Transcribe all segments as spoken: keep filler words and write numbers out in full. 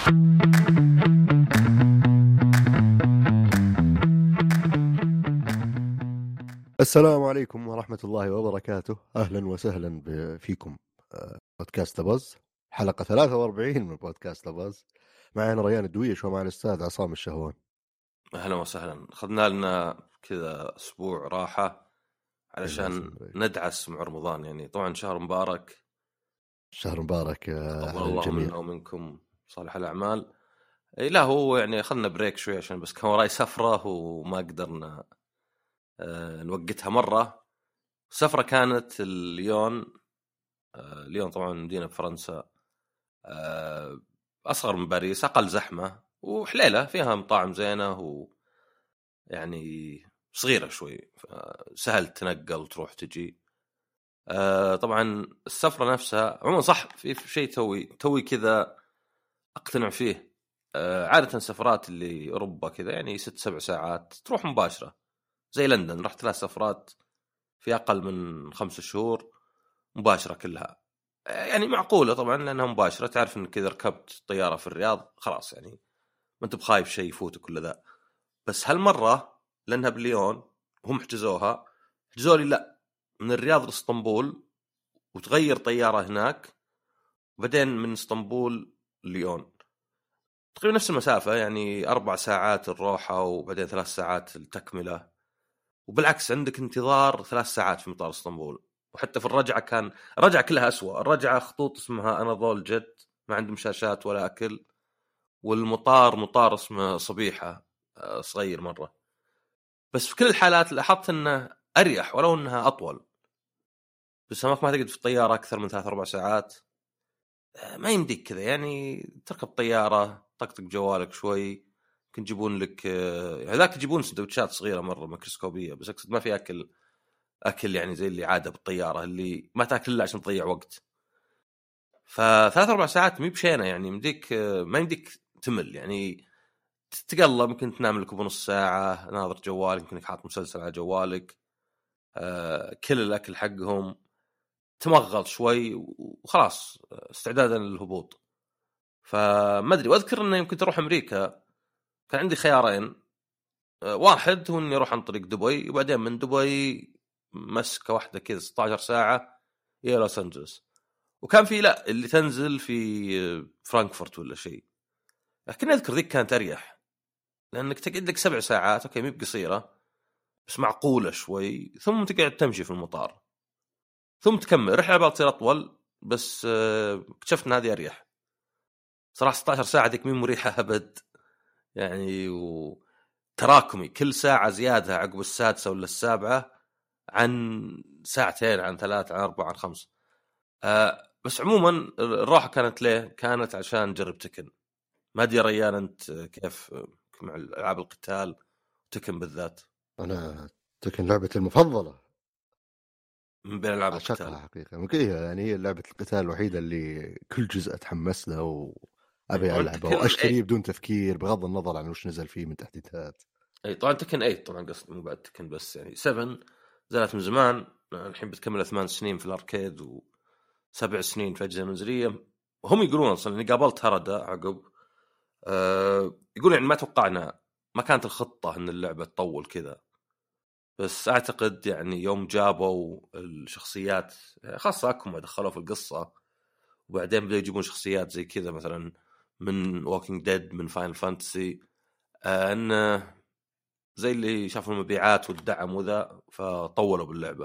السلام عليكم ورحمة الله وبركاته. أهلا وسهلا فيكم بودكاست باز، حلقة ثلاثة وأربعين من بودكاست باز. معنا ريان الدويش ومع الأستاذ عصام الشهوان. أهلا وسهلا. أخذنا لنا كذا أسبوع راحة علشان ندعس مع رمضان، يعني طبعا شهر مبارك، شهر مبارك تقبل الله منا ومنكم صالح الأعمال. إيه لا هو يعني أخذنا بريك شوي عشان بس كان وراي سفرة وما قدرنا آه نوقتها مرة. السفرة كانت ليون. آه ليون طبعا مدينة بفرنسا، آه أصغر من باريس، أقل زحمة وحليلة، فيها مطاعم زينة ويعني صغيرة شوي، سهل تنقل تروح تجي. آه طبعا السفرة نفسها عموما صح، في شيء توي توي كذا أقتنع فيه. آه عادة سفرات اللي أوروبا كذا يعني ست سبع ساعات تروح مباشرة، زي لندن رحت ثلاث سفرات في أقل من خمس شهور مباشرة كلها. آه يعني معقولة طبعا لأنها مباشرة، تعرف إن كذا ركبت طيارة في الرياض خلاص يعني ما أنت بخايف شيء يفوت كل ذا. بس هالمرة لأنها بليون هم حجزوها، حجزوا لي لا من الرياض لإسطنبول وتغير طيارة هناك، وبعدين من اسطنبول ليون تقريبا نفس المسافة، يعني أربع ساعات الروحة وبعدين ثلاث ساعات التكملة. وبالعكس عندك انتظار ثلاث ساعات في مطار اسطنبول. وحتى في الرجعة كان الرجعة كلها أسوأ. الرجعة خطوط اسمها أناضول جت ما عندهم شاشات ولا أكل، والمطار مطار اسمه صبيحة صغير مرة. بس في كل الحالات لاحظت أنه أريح ولو أنها أطول، بس ما تقعد في الطيارة أكثر من ثلاث أربع ساعات. ما يمديك كذا يعني تركب طيارة طقطق جوالك شوي، ممكن يجيبون لك هذاك يجيبون سندوتشات صغيرة مرة ميكروسكوبية، بس أقصد ما في أكل أكل يعني زي اللي عادة بالطيارة اللي ما تأكل إلا عشان تضيع وقت. فثلاث أربع ساعات مي بشينة يعني، يمديك ما يمديك تمل يعني، تتقلب ممكن تنام لك بنص ساعة ناظر جوالك، يمكنك حاط مسلسل على جوالك. آه كل الأكل حقهم تمغل شوي وخلاص استعدادا للهبوط. فما أدري، وأذكر أنه يمكن تروح أمريكا كان عندي خيارين، واحد هو أني أروح عن طريق دبي وبعدين من دبي مسكة واحدة كذا ستة عشر ساعة إلى لوس أنجلوس، وكان في لا اللي تنزل في فرانكفورت ولا شيء. لكن أذكر ذيك كانت أريح لأنك تقعد لك سبع ساعات، أوكي مي بقصيرة بس معقولة شوي، ثم تقعد تمشي في المطار ثم تكمل رحلة بعد تصير أطول، بس اكتشفت أن هذه أريح صراحة. ستة عشر ساعة ذيك مين مريحة أبد يعني، وتراكمي كل ساعة زيادة عقب السادسة ولا السابعة عن ساعتين عن ثلاثة عن أربعة عن خمس. أه بس عموما الراحة كانت ليه؟ كانت عشان جرب تكن. ما أدري ريان أنت كيف مع ألعاب القتال تكن بالذات؟ أنا تكن لعبتي المفضلة من بين ألعاب القتال القتال حقيقة، ممكن يعني هي لعبة القتال الوحيدة اللي كل جزء أتحمس له وأبي ألعبه وأشتريه بدون تفكير بغض النظر عن وش نزل فيه من تحديثات. أي طبعا تكن ثمانية طبعا قصد مو بعد تكن بس يعني سبعة زالت من زمان، الحين بتكمل ثمان سنين في الأركيد وسبع سنين في أجهزة منزلية. وهم يقولون أصلا إني قابلت هردا عقب أه يقول يعني ما توقعنا، ما كانت الخطة إن اللعبة تطول كذا، بس أعتقد يعني يوم جابوا الشخصيات خاصة أكم دخلوا في القصة وبعدين بدأوا يجيبون شخصيات زي كذا مثلا من Walking Dead من Final Fantasy، أه أن زي اللي شافوا المبيعات والدعم وذا فطولوا باللعبة.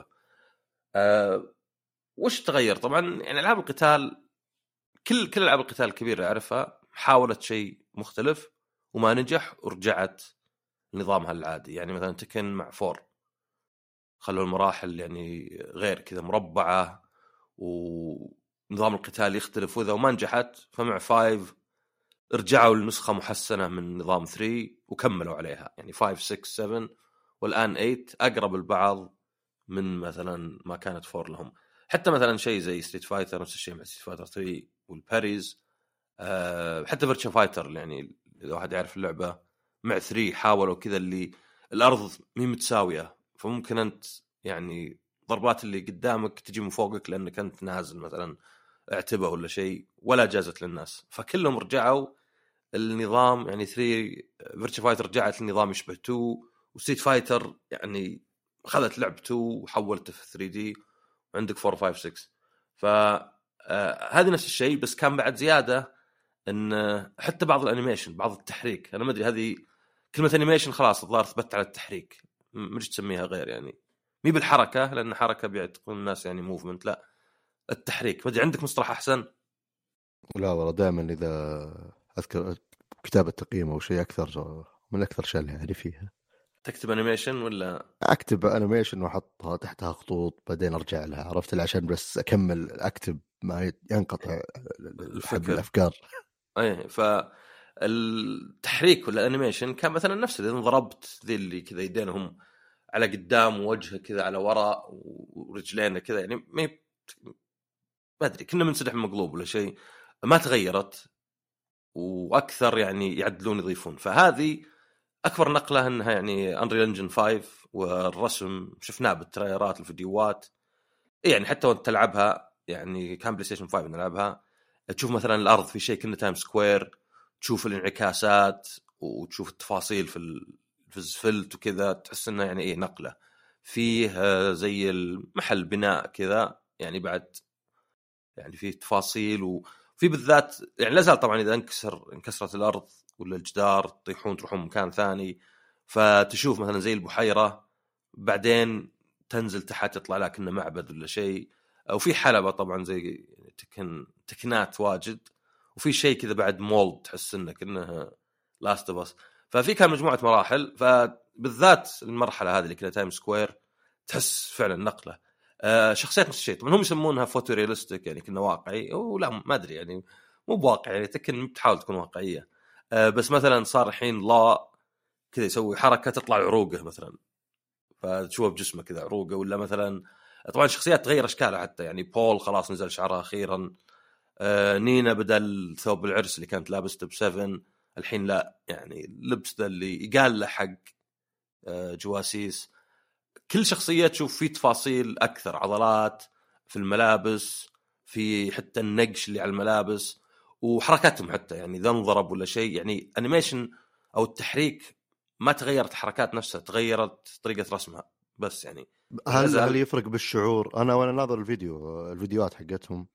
أه وش تغير؟ طبعا يعني ألعاب القتال كل كل ألعاب القتال الكبيرة أعرفها حاولت شيء مختلف وما نجح ورجعت نظامها العادي. يعني مثلا تكن مع فور خلوا المراحل يعني غير كذا مربعة ونظام القتال يختلف وذا، وما نجحت فمع فايف رجعوا لنسخة محسنة من نظام ثري وكملوا عليها، يعني فايف سكس سفن والآن ثمانية أقرب البعض من مثلا ما كانت فور لهم. حتى مثلا شيء زي ستريت فايتر نفس الشيء مع ستريت فايتر ثري والباريز، أه حتى فيرتشن فايتر يعني إذا واحد يعرف اللعبة مع ثري حاولوا كذا اللي الأرض مي متساوية، فممكن أنت يعني ضربات اللي قدامك تجي من فوقك لأنك أنت نازل مثلا اعتبه ولا شيء ولا جازت للناس، فكلهم رجعوا النظام يعني ثري فيرتشوال فايتر رجعت النظام يشبه تو، وستريت فايتر يعني اخذت لعب تو وحولته في ثري دي، وعندك فور فايف سكس. ف آه هذه نفس الشيء، بس كان بعد زياده ان حتى بعض الانيميشن بعض التحريك، انا ما ادري هذه كلمه انيميشن خلاص الظاهر ثبت على التحريك، مش تسميها غير يعني مي بالحركه لان حركه بيعتقدون الناس يعني موفمنت، لا التحريك. ما ادري عندك مصطلح احسن؟ لا والله دائما اذا اذكر كتابه تقييم او شيء اكثر من اكثر شيء اللي يعني فيها تكتب انيميشن ولا اكتب انيميشن واحطها تحتها خطوط بعدين ارجع لها، عرفت؟ عشان بس اكمل اكتب ما ينقطع الفكر الافكار. اي ف التحريك ولا الانيميشن كان مثلا نفس اذا ضربت ذي اللي كذا يدينهم على قدام ووجهه كذا على وراء ورجلينه كذا، يعني ما ما ادري كنا منسدح مقلوب ولا شيء، ما تغيرت، واكثر يعني يعدلون يضيفون. فهذه اكبر نقله انها يعني انريل انجن فايف، والرسم شفناه بالتريلرات الفيديوهات يعني حتى وانت تلعبها، يعني كان بلاي ستيشن فايف نلعبها تشوف مثلا الارض في شيء كنا تايم سكوير، تشوف الانعكاسات وتشوف التفاصيل في ال... في الزفلت وكذا، تحس انه يعني ايه نقله فيه زي المحل بناء كذا يعني بعد يعني فيه تفاصيل، وفي بالذات يعني لازال طبعا اذا انكسر انكسرت الارض ولا الجدار تطيحون تروحون مكان ثاني، فتشوف مثلا زي البحيره بعدين تنزل تحت يطلع لك انه معبد ولا شيء، او في حلبه طبعا زي تكن تكنات واجد، وفي شيء كذا بعد مول تحس انك انه لاست اوف اس. ففي كان مجموعه مراحل، فبالذات المرحله هذه اللي كلها تايم سكوير تحس فعلا نقله. آه شخصيات نفس الشيء طبعا هم يسمونها فوتو رياليستيك يعني كنا واقعي، ولا ما ادري يعني مو بواقع يعني تكن بتحاول تكون واقعيه. آه بس مثلا صار الحين لا كذا يسوي حركه تطلع عروقه مثلا، فتشوفه بجسمه كذا عروقه، ولا مثلا طبعا الشخصيات تغير اشكالها حتى، يعني بول خلاص نزل شعرها اخيرا، آه نينا بدل ثوب العرس اللي كانت لابسته بسفن الحين لا يعني لبس ذا اللي يقال له حق آه جواسيس. كل شخصيه تشوف فيه تفاصيل اكثر، عضلات في الملابس، في حتى النقش اللي على الملابس وحركاتهم حتى، يعني اذا انضرب ولا شيء يعني انيميشن او التحريك ما تغيرت حركات نفسها، تغيرت طريقه رسمها بس يعني هل هل يفرق بالشعور؟ انا وانا ناظر الفيديو الفيديوهات حقتهم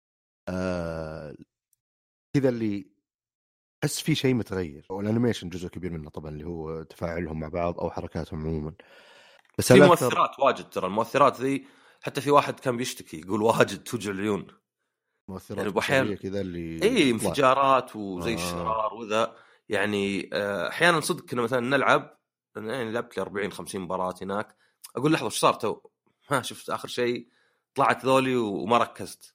آه كذا اللي احس في شيء متغير، والانيميشن جزء كبير منه طبعا اللي هو تفاعلهم مع بعض او حركاتهم عموما، بس في مؤثرات واجد ترى. المؤثرات ذي حتى في واحد كان بيشتكي يقول واجد توجع العيون، مؤثرات يعني بصريه احيانا كذا اللي اي انفجارات وزي آه. الشرار وذا يعني احيانا صدق كنا مثلا نلعب يعني لعبت لي أربعين خمسين مباراه هناك، اقول لحظه ايش صار تو ما شفت اخر شيء، طلعت ذولي وما ركزت.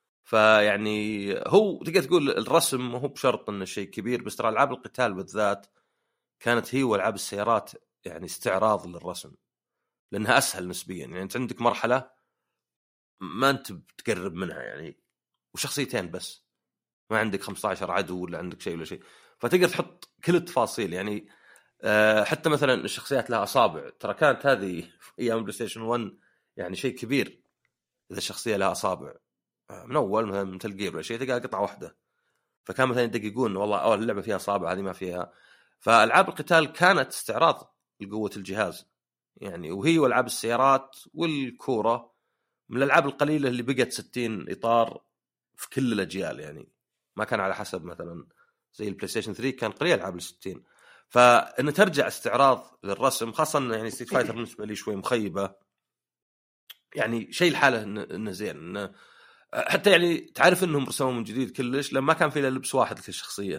فيعني هو تقدر تقول الرسم ما هو بشرط انه شيء كبير، بس ترى العاب القتال بالذات كانت هي والعاب السيارات يعني استعراض للرسم، لانها اسهل نسبيا. يعني انت عندك مرحله ما انت بتقرب منها يعني وشخصيتين بس، ما عندك خمسة عشر عدو ولا عندك شيء ولا شيء، فتقدر تحط كل التفاصيل يعني. أه حتى مثلا الشخصيات لها اصابع، ترى كانت هذه في ايام بلاي ستيشن واحد يعني شيء كبير اذا الشخصيه لها اصابع، من اول مثلا مثل جير ولا شيء تلقى قطعه واحده، فكان مثلا يدققون والله اول اللعبه فيها اصابع هذه ما فيها. فالعاب القتال كانت استعراض لقوه الجهاز يعني، وهي والعاب السيارات والكوره من الالعاب القليله اللي بقت ستين اطار في كل الاجيال، يعني ما كان على حسب مثلا زي البلاي ستيشن ثري كان قليل العاب ستين. فان ترجع استعراض للرسم خاصه يعني ستريت فايتر بالنسبه لي شوي مخيبه، يعني شيء الحاله انه زين إنه حتى يعني تعرف انهم رسموا من جديد كلش لما كان في لبس واحد لكل شخصيه،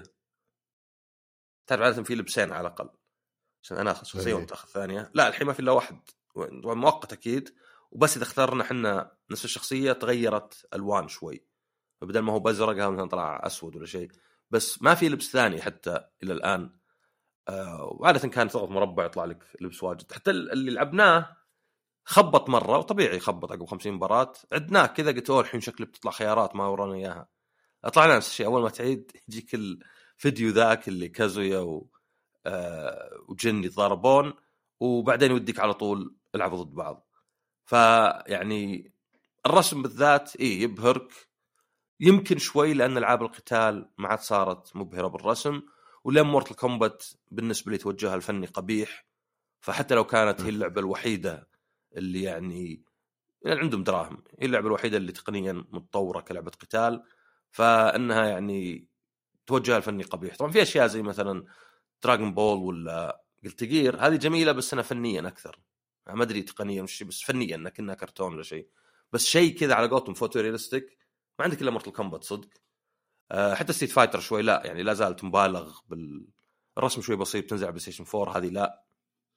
تعرف عاده في لبسين على الاقل عشان انا اخذ شخصيه وانت اخذ ثانيه، لا الحين ما في الا واحد مؤقت اكيد، وبس اذا اخترنا احنا نفس الشخصيه تغيرت الوان شوي، فبدل ما هو بزرق مثلا طلع اسود ولا شيء، بس ما في لبس ثاني حتى الى الان. آه وعاده كان تضغط مربع يطلع لك لبس واجد، حتى اللي لعبناه خبط مره وطبيعي يخبط عقب خمسين مباراه، عدناه كذا قلت اوه الحين شكله بتطلع خيارات ما ورانا اياها، طلعنا نفس الشيء. اول ما تعيد يجيك الفيديو ذاك اللي كازويا و آه وجن يتضاربون وبعدين يوديك على طول العبوا ضد بعض. فيعني الرسم بالذات ايه يبهرك، يمكن شوي لأن ألعاب القتال ما عاد صارت مبهرة بالرسم، ولأن مورتال كومبات بالنسبة لي توجهها الفني قبيح، فحتى لو كانت هي اللعبة الوحيدة اللي يعني يعني عندهم دراهم، هي اللعبة الوحيدة اللي تقنيا متطورة كلعبة قتال، فإنها يعني توجهها الفني قبيح. طبعا في أشياء زي مثلا دراغون بول ولا قلت جير، هذه جميلة بس أنا فنيا أكثر، ما أدري تقنيا مش بس فنيا لكنها كرتون ولا شيء، بس شيء كذا على قولتهم فوتو ريالستيك ما عندك إلا مورتال كومبات صدق. أه حتى ستريت فايتر شوي لا، يعني لا زالت مبالغ بالرسم شوي بسيط، تنزل على بلاي ستيشن فور هذه لا.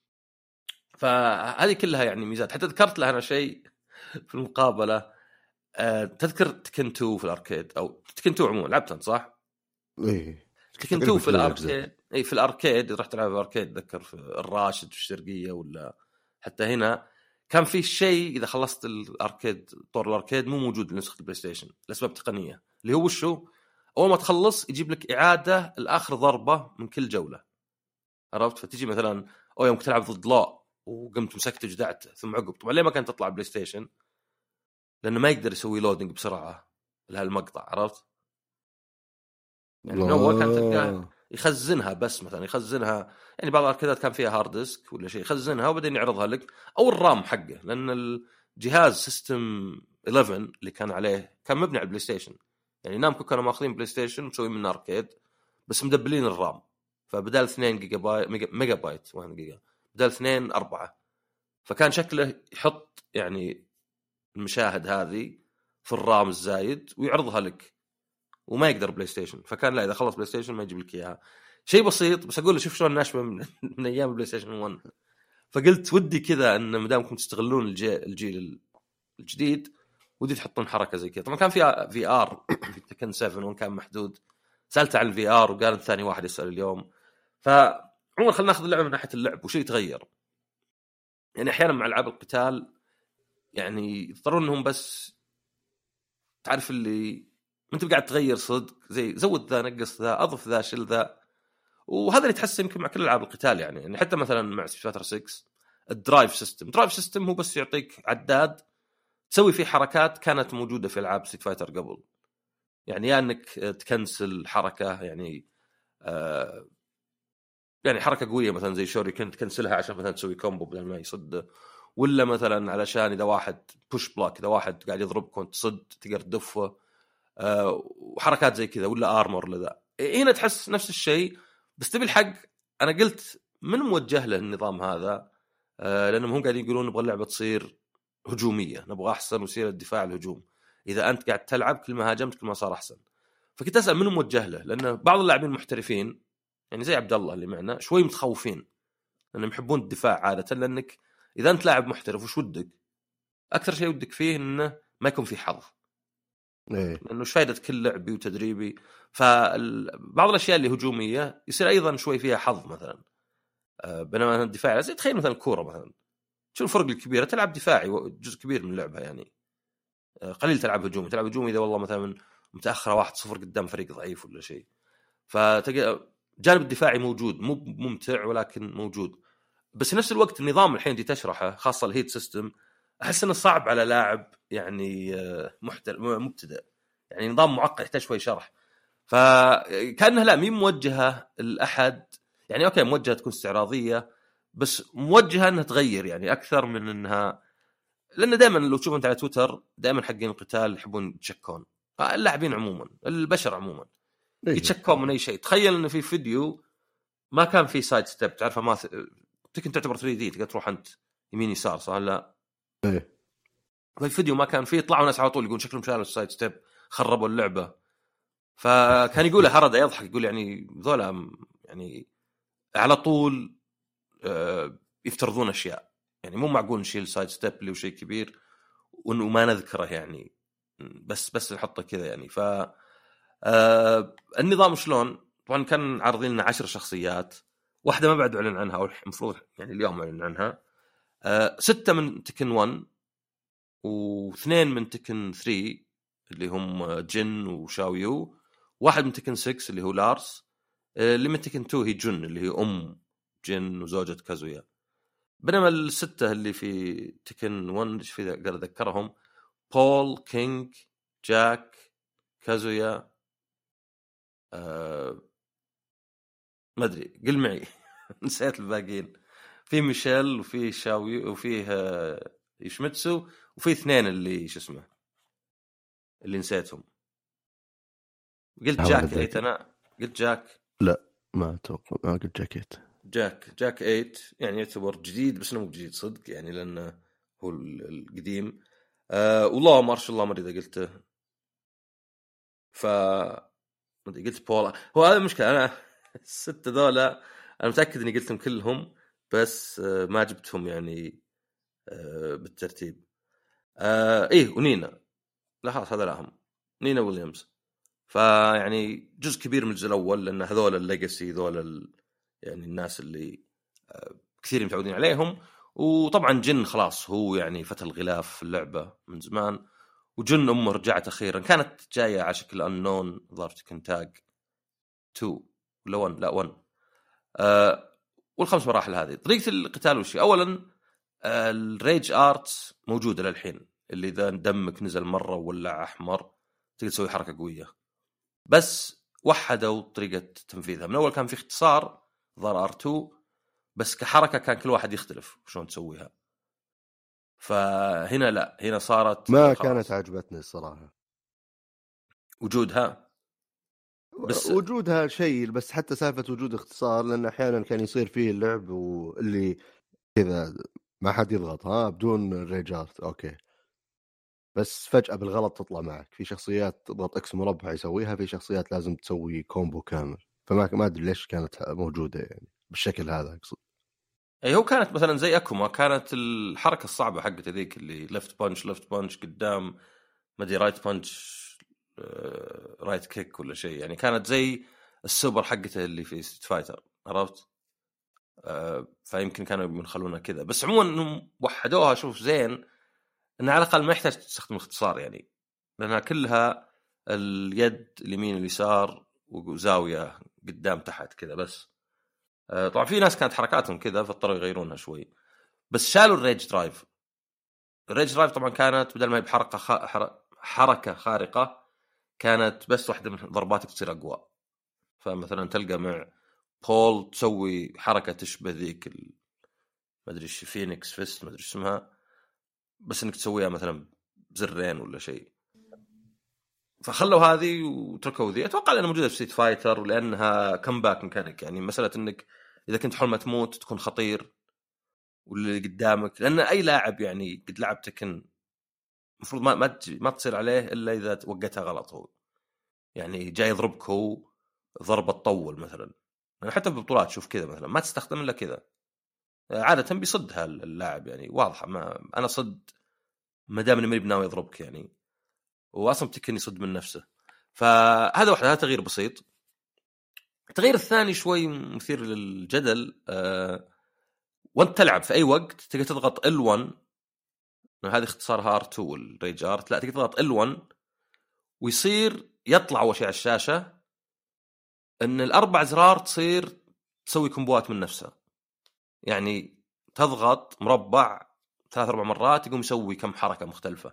فهذه كلها يعني ميزات. حتى ذكرت لها أنا شيء في المقابلة، أه تذكر تكن تو في الأركيد أو تكن تو عموما لعبتها أنت صح؟ إيه تكن تو في الأركيد. أي في الأركيد رحت ألعب الأركيد ذكر في الراشد في الشرقية ولا حتى هنا كان في شيء إذا خلصت الأركيد طور الأركيد مو موجود لنسخة البلاي ستيشن لأسباب تقنية، اللي هو شو أول ما تخلص يجيب لك إعادة الآخر ضربة من كل جولة، عرفت؟ فتجي مثلا أو يوم تلعب ضد لا وقمت مسكته وجدعته ثم عقب، طبعا ليه ما كانت تطلع بلاي ستيشن؟ لأنه ما يقدر يسوي لودينج بسرعة لهالمقطع، عرفت؟ يعني من أول كانت تلقاه يخزنها بس مثلا يخزنها، يعني بعض الأركيدات كان فيها هارد ديسك ولا شيء يخزنها وبعدين يعرضها لك، أو الرام حقه، لأن الجهاز سيستم إحدى عشر اللي كان عليه كان مبني على البلاي ستيشن، يعني نامكو كانوا ماخذين بلاي ستيشن مسوي منه أركيد بس مدبلين الرام، فبدال اثنين جيجا بايت ميجا بايت واحد جيجا بدال اثنين أربعة، فكان شكله يحط يعني المشاهد هذه في الرام الزايد ويعرضها لك وما يقدر بلاي ستيشن، فكان لا إذا خلص بلاي ستيشن ما يجيب لك إياها. شيء بسيط بس أقول له شوف شلون ناشبة من, من أيام البلاي ستيشن واحد. فقلت ودي كذا أن مدامكم تستغلون الجي الجيل الجديد ودي تحطون حركة زي كذا. طبعا كان في في آر في تكن سبعة وان كان محدود، سألت عن الفي آر وقال أنت ثاني واحد يسأل اليوم. فعموما خلينا ناخذ اللعبة من ناحية اللعب وشيء يتغير. يعني أحيانا مع ألعاب القتال يعني يضطرون أنهم بس تعرف اللي انت قاعد تغير صدق، زي زود ذا نقص ذا اضف ذا شيل ذا، وهذا اللي يتحسن يمكن مع كل العاب القتال. يعني يعني حتى مثلا مع ستريت ستة الدرايف سيستم درايف سيستم هو بس يعطيك عداد تسوي فيه حركات كانت موجوده في العاب ستريت فايتر قبل، يعني يا يعني انك تكنسل حركه يعني آه يعني حركه قويه مثلا زي شوري كنت تكنسلها عشان مثلا تسوي كومبو بدل ما يصد، ولا مثلا علشان اذا واحد بوش بلوك اذا واحد قاعد يضربك وانت تصد تقدر تدفه، أه وحركات زي كذا، ولا ارمور لذا. هنا تحس نفس الشيء بس تبي الحق انا قلت من موجه له النظام هذا، أه لانهم هم قاعدين يقولون نبغى اللعبه تصير هجوميه، نبغى احسن وسيله الدفاع الهجوم، اذا انت قاعد تلعب كل ما هاجمت كل ما صار احسن. فكنت اسال من موجه له، لان بعض اللاعبين المحترفين يعني زي عبد الله اللي معنا شوي متخوفين لانهم يحبون الدفاع عاده، لانك اذا انت لاعب محترف وش ودك اكثر شيء ودك فيه انه ما يكون في حظ، إيه. لأنه فائدة كل لعبي وتدريبي. فبعض الأشياء اللي هجومية يصير أيضا شوي فيها حظ مثلا، بينما الدفاع زي تخيل مثلا الكورة مثلا شو الفرق الكبيرة تلعب دفاعي جزء كبير من اللعبة، يعني قليل تلعب هجومي، تلعب هجومي إذا والله مثلا متأخرة واحد صفر قدام فريق ضعيف ولا شيء، فتلقى جانب الدفاعي موجود مو ممتع ولكن موجود. بس نفس الوقت النظام الحين دي تشرحه خاصة الهيت سيستم أحس إنه صعب على لاعب يعني محترف مبتدئ، يعني نظام معقد يحتاج شوي شرح، فكأنها لا مين موجهة الأحد، يعني أوكي موجهة تكون استعراضية بس موجهة أنها تغير يعني أكثر من أنها، لأن دائما لو تشوف أنت على تويتر دائما حقين القتال يحبون يتشكون، اللاعبين عموما البشر عموما يتشكون من أي شيء. تخيل أنه في فيديو ما كان في سايد ستيب تعرفها، ما تكن تعتبر ثري دي تقدر تروح أنت يمين يسار صح لا إيه. في الفيديو ما كان فيه يطلعوا ناس على طول يقول شكلهم شالوا السايد ستيب خربوا اللعبة، فكان يقول هرده يضحك يقول يعني ذولا يعني على طول يفترضون أشياء، يعني مو معقول نشيل سايد ستيب اللي هو شيء كبير وما نذكره يعني بس بس نحطه كذا يعني. ف النظام شلون طبعا كان عارضين لنا عشر شخصيات، واحدة ما بعد أعلن عنها والمفروض يعني اليوم أعلن عنها، ستة من تكن واحد واثنين من تكن ثلاثة اللي هم جن وشاويو، واحد من تكن ستة اللي هو لارس، اللي من تكن اثنين هي جن اللي هي أم جن وزوجة كازويا، بينما الستة اللي في تكن واحد في قدر أذكرهم بول كينج جاك كازويا أه... ما ادري قل معي نسيت الباقيين. في ميشيل وفي شاوي وفيه آه... يشمتسو وفي اثنين اللي شو اسمه اللي نسيتهم. قلت جاك ايت انا قلت جاك لا ما اتوقع ما قلت جاكيت. جاك جاك ايت يعني يعتبر جديد بس انه مو جديد صدق يعني لانه هو القديم. أه والله ما شاء الله ما ادري اذا قلته. ف ما ادري قلت بولا. هو هذا المشكله انا الستة ذولا انا متاكد اني قلتهم كلهم بس أه ما جبتهم يعني أه بالترتيب. أه ايه ونينا لا خلاص هذا الاهم نينا ويليامز. فيعني جزء كبير من الجزء الاول لان هذول الليجاسي ذول ال... يعني الناس اللي كثير متعودين عليهم. وطبعا جن خلاص هو يعني فتى الغلاف في اللعبه من زمان. وجن امه رجعت اخيرا كانت جايه على شكل انون ظهرت كنتاج اثنين ولا واحد لا واحد. أه والخمس مراحل هذه طريقه القتال وشي. اولا أه الريج ارتس موجوده للحين اللي اذا دمك نزل مره ولا احمر تقدر تسوي حركه قويه بس وحدوا طريقه تنفيذها. من اول كان في اختصار ظهر ار اثنين بس كحركه كان كل واحد يختلف شلون تسويها. فهنا لا هنا صارت ما خلاص. كانت عجبتني الصراحه وجودها بس وجودها شيء بس حتى سالفه وجود اختصار لان احيانا كان يصير فيه اللعب واللي كذا ما حد يضغط ها بدون ريجارت اوكي بس فجأة بالغلط تطلع معك. في شخصيات تضغط اكس مربع يسويها في شخصيات لازم تسوي كومبو كامل. فما ما ادري ليش كانت موجوده يعني بالشكل هذا اقصد. اي هو كانت مثلا زي اكوما كانت الحركه الصعبه حقت ذيك اللي ليفت بانش ليفت بانش قدام ما ادري رايت بانش رايت كيك ولا شيء يعني كانت زي السوبر حقته اللي في ستريت فايتر عرفت. أه فيمكن كانوا يخلونها كذا بس عموما انهم وحدوها شوف زين انه على الاقل ما يحتاج تستخدم اختصار يعني لانها كلها اليد اليمين اليسار وزاويه قدام تحت كذا بس. أه طبعا في ناس كانت حركاتهم كذا فاضطروا يغيرونها شوي بس شالوا الريج درايف. الريج درايف طبعا كانت بدل ما هي بحركه خ... حر... حركه خارقه كانت بس واحده من ضرباتك تصير اقوى. فمثلا تلقى مع بول تسوي حركه تشبه ذيك ال... ما ادري ايش فينيكس فيست ما ادري اسمها بس انك تسويها مثلا بزرين ولا شيء. فخلوا هذه وتركوا ذي. اتوقع انها موجوده في ستريت فايتر ولانها كمباك ميكانيك يعني مساله انك اذا كنت حول ما تموت تكون خطير واللي قدامك لان اي لاعب يعني قد لعب تكن المفروض ما ما ما تصير عليه الا اذا وقتها غلط. هو يعني جاي يضربك هو ضربه تطول مثلا يعني حتى ببطولات شوف كذا مثلا ما تستخدم الا كذا عاده بيصدها اللاعب يعني واضحه. ما انا صد ما دام اني بناوي يضربك يعني واصلا بتكن يصد من نفسه. فهذا واحد هذا تغيير بسيط. التغيير الثاني شوي مثير للجدل أه وانت تلعب في اي وقت تقدر تضغط إل واحد هذه اختصارها آر اثنين والريج ارت لا تقدر تضغط إل واحد ويصير يطلع اول شيء على الشاشه ان الاربع زرار تصير تسوي كومبوات من نفسها. يعني تضغط مربع ثلاث اربع مرات يقوم يسوي كم حركه مختلفه.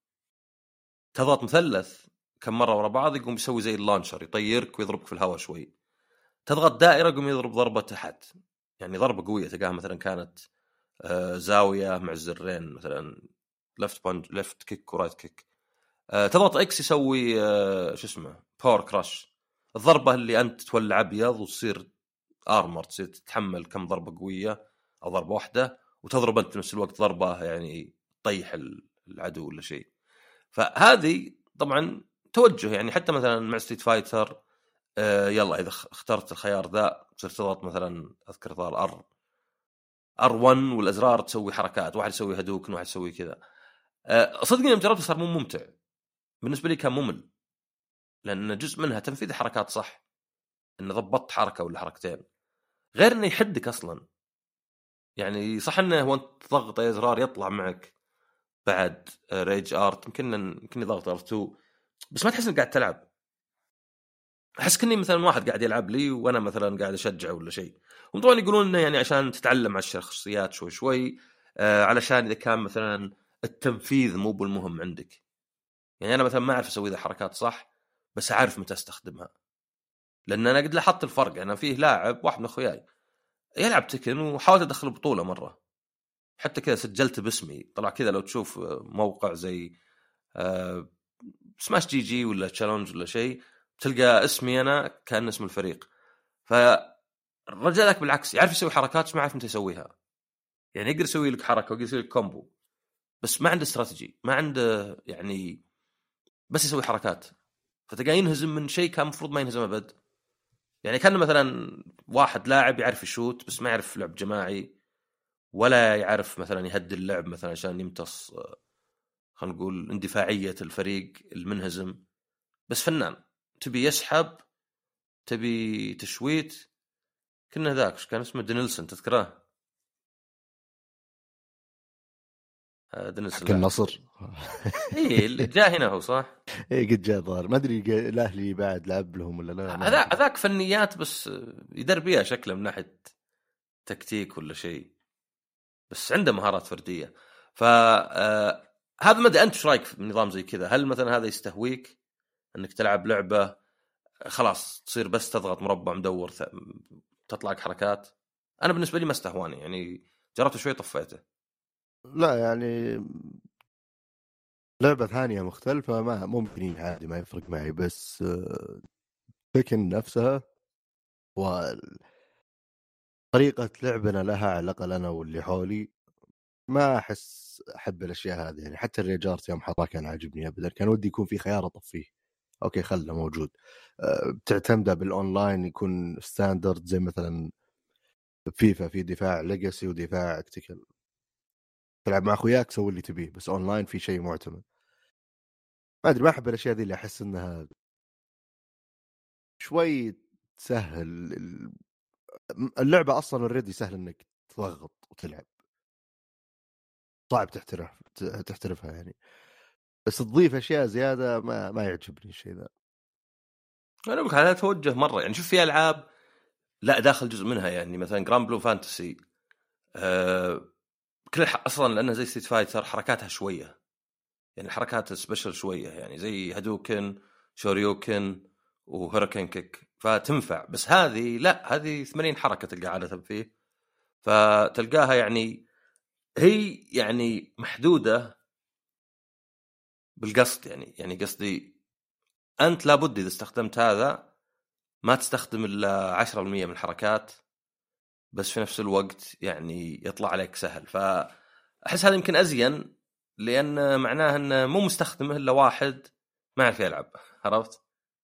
تضغط مثلث كم مره ورا بعض يقوم يسوي زي اللانشر يطيرك ويضربك في الهواء شوي. تضغط دائره يقوم يضرب ضربه تحت يعني ضربه قويه تلقاها مثلا كانت آه زاويه مع الزرين مثلا ليفت بانج ليفت كيك ورايت كيك. آه تضغط اكس يسوي آه شو اسمه باور كراش الضربه اللي انت تولع ابيض وتصير ارمر تصير تتحمل كم ضربه قويه او ضربه واحده وتضرب انت نفس الوقت ضربه يعني تطيح العدو ولا شيء. فهذه طبعا توجه يعني حتى مثلا مع ستريت فايتر آه يلا اذا اخترت الخيار ذا تصير تضغط مثلا اذكر ضار ار ار واحد والازرار تسوي حركات واحد يسوي هدوك وواحد يسوي كذا. أه صدقني لما جربته صار مو ممتع بالنسبه لي كان ممل لان جزء منها تنفيذ حركات صح ان ضبطت حركه ولا حركتين غير انه يحدك اصلا. يعني صح انه وانت تضغط اي زرار يطلع معك بعد ريج ارت يمكن يمكن ضغط ار اثنين بس ما تحس انك قاعد تلعب. احس كني مثلا واحد قاعد يلعب لي وانا مثلا قاعد اشجعه ولا شيء. هم طبعا يقولون انه يعني عشان تتعلم على الشخصيات شوي شوي آه علشان اذا كان مثلا التنفيذ مو بالمهم عندك. يعني انا مثلا ما اعرف اسوي ذا حركات صح بس اعرف متى استخدمها. لان انا قد لاحظت الفرق. انا فيه لاعب واحد من اخوياي يلعب تكن وحاولت ادخل بطوله مره، حتى كذا سجلت باسمي، طلع كذا لو تشوف موقع زي آه سماش جي جي ولا تشالنج ولا شيء تلقى اسمي انا كان اسم الفريق. فالرجل ذاك بالعكس يعرف يسوي حركات ما يعرف متى يسويها، يعني يقدر يسوي لك حركه ويقدر يسوي لك كومبو بس ما عنده استراتيجي، ما عنده يعني بس يسوي حركات، فتلقى ينهزم من شيء كان المفروض ما ينهزم ابد. يعني كان مثلا واحد لاعب يعرف يشوت بس ما يعرف لعب جماعي، ولا يعرف مثلا يهدي اللعب مثلا عشان يمتص خلينا نقول اندفاعية الفريق المنهزم، بس فنان تبي يسحب تبي تشويت. كنا ذاك كان اسمه دينيلسون تذكره؟ دينيلسون حق النصر. ايه اللي جاء هنا هو صح؟ ايه قد جاء ظهر ما ادري الاهلي بعد لعب لهم ولا لا. هذا هذاك فنيات بس يدرب بيها شكله من ناحية تكتيك ولا شيء، بس عنده مهارات فردية. ف آه هذا ما ادري انت ايش رايك في نظام زي كذا؟ هل مثلا هذا يستهويك انك تلعب لعبة خلاص تصير بس تضغط مربع مدور تطلع لك حركات؟ انا بالنسبة لي ما استهواني، يعني جربت شوي طفيته. لا يعني لعبة ثانية مختلفة ما ممكن عادي ما يفرق معي، بس تكن نفسها وطريقة لعبنا لها على الأقل أنا واللي حولي ما أحس أحب الأشياء هذه. يعني حتى الريجارت يوم حطها كان عاجبني أبدا، كان ودي يكون في خيار أطفيه، أوكي خله موجود. بتعتمد بالأونلاين يكون ستاندرد زي مثلا فيفا في دفاع ليجاسي ودفاع اكتيكال، تلعب مع أخوياك سوي اللي تبيه، بس أونلاين في شيء معتمد. ما أدري ما أحب الأشياء دي اللي أحس إنها شوي تسهل اللعبة. أصلا اوريدي سهل إنك تضغط وتلعب، صعب تحترف تحترفها يعني، بس تضيف أشياء زيادة ما ما يعجبني الشيء ذا. أنا أقولك على توجه مرة، يعني شوف في ألعاب لا داخل جزء منها، يعني مثلا جراند بلو فانتسي أه كل أصلا لأنها زي ستريت فايتر حركاتها شوية، يعني حركات سبيشل شوية، يعني زي هادوكن شوريوكن وهوريكن كيك فتنفع. بس هذه لا، هذه ثمانين حركة تلقى عادة فيه، فتلقاها يعني هي يعني محدودة بالقصد. يعني يعني قصدي أنت لابد إذا استخدمت هذا ما تستخدم إلا عشرة بالمية من الحركات، بس في نفس الوقت يعني يطلع عليك سهل. فأحس هذا يمكن أزين، لأن معناه أنه مو مستخدمه إلا واحد ما يعرف يلعب، عرفت؟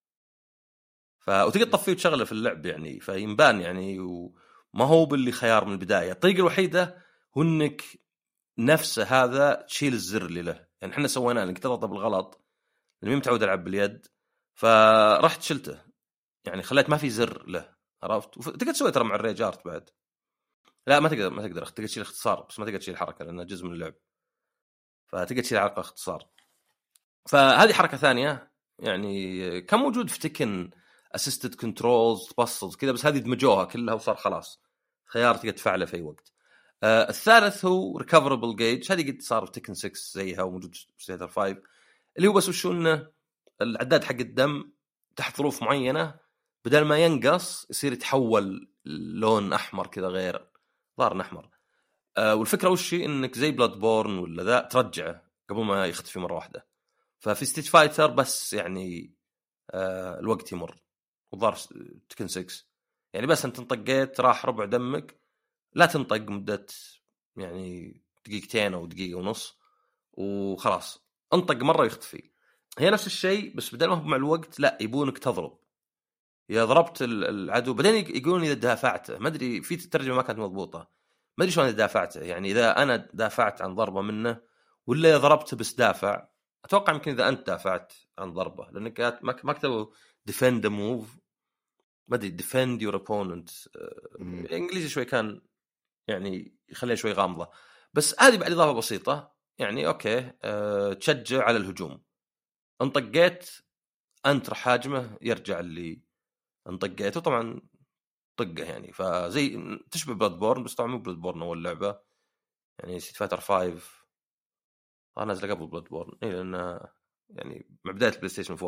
ف وتقدر تطفيه وتشغله في اللعب يعني، فينبان يعني وما هو باللي خيار من البداية. الطريقة الوحيدة هو إنك نفسه هذا تشيل الزر اللي له، يعني إحنا سويناه إنك تضغط بالغلط لأني متعود ألعب باليد، فرحت شلته يعني خليت ما في زر له، عرفت؟ وتقدر تسوي ترى مع الريجارت بعد. لا ما تقدر ما تقدر تقدر تشيل اختصار بس ما تقدر تشيل حركة لأنها جزء من اللعب، فتقدر تشيل حركة اختصار. فهذه حركة ثانية يعني كان موجود في تكن assisted controls تبصص كذا، بس هذه دمجوها كلها وصار خلاص خيار تقدر تفعله في أي وقت. آه الثالث هو recoverable gauge، هذه قد صار في تكن ستة زيها وموجود في ستيتر خمسة، اللي هو بس وشو انه العداد حق الدم تحت ظروف معينة بدل ما ينقص يصير يتحول لون أحمر كذا غير ظهر أحمر. آه والفكرة وشي إنك زي بلاد بورن ولا ذا ترجعه قبل ما يختفي مرة واحدة. ففي ستيت فايتر بس يعني آه الوقت يمر، وظهر تكن ستة يعني بس أنت انطقيت راح ربع دمك لا تنطق مدة يعني دقيقتين أو دقيقة ونص وخلاص انطق مرة يختفي. هي نفس الشيء بس بدل ما هو مع الوقت لا يبونك تضرب، إذا ضربت العدو بعدين يقولون إذا دافعته، ما أدري في الترجمة ما كانت مضبوطة، ما أدري شلون إذا دافعته، يعني إذا أنا دافعت عن ضربة منه ولا إذا ضربته بس دافع. أتوقع يمكن إذا أنت دافعت عن ضربة لأنك ما كتبوا defend a move، ما أدري defend your opponent. إنجليزي شوي كان يعني يخليها شوي غامضة، بس هذه بعد إضافة بسيطة يعني أوكي أه تشجع على الهجوم. انطقيت أنت رح هاجمه يرجع اللي انطقيته طبعا طقه يعني، فزي تشبه بلاد بورن بس طبعا مو بلاد بورن أول لعبة يعني ستريت فايتر خمسة أنا نزل قبل بلاد بورن إيه لأن يعني مع بداية البلاي ستيشن فور.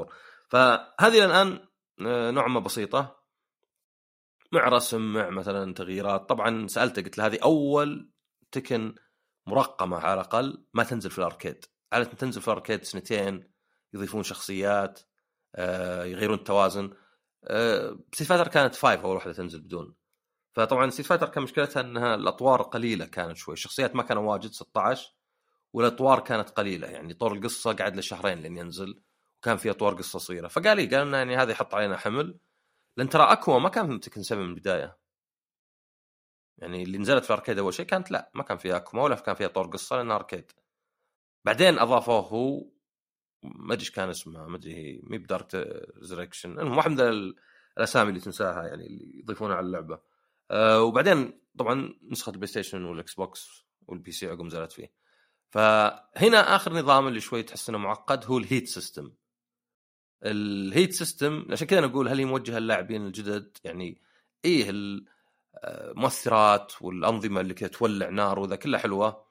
فهذه الان نعمه بسيطه مع رسم مع مثلا تغييرات. طبعا سالته قلت له هذه اول تكن مرقمه على الاقل ما تنزل في الاركيد. على تنزل في الاركيد سنتين يضيفون شخصيات يغيرون التوازن. ستريت فايتر كانت خمسة اول واحده تنزل بدون. فطبعا ستريت فايتر كان مشكلتها انها الاطوار قليله كانت شوي، الشخصيات ما كانوا واجد ستة عشر والاطوار كانت قليله، يعني طور القصه قعد له شهرين لين ينزل وكان في اطوار قصه صغيره. فقال لي قال لنا يعني هذا يحط علينا حمل، لان ترى اكوا ما كان في تكن سبعة من البدايه، يعني اللي نزلت في الاركيد اول شيء كانت لا ما كان فيها اكوا ولا كان فيها طور قصه لان اركيد. بعدين اضافوه هو ما ادري كان اسمه ما ادري مي بدارك ريزركشن، المهم واحد من الاسامي اللي تنساها يعني اللي يضيفونها على اللعبه. أه وبعدين طبعا نسخه البلاي ستيشن والاكس بوكس والبي سي عقب نزلت فيه. فهنا اخر نظام اللي شوي تحس انه معقد هو الهيت سيستم. الهيت سيستم عشان كذا نقول هل هي موجهه للاعبين الجدد؟ يعني ايه المؤثرات والانظمه اللي كذا تولع نار وذا كلها حلوه،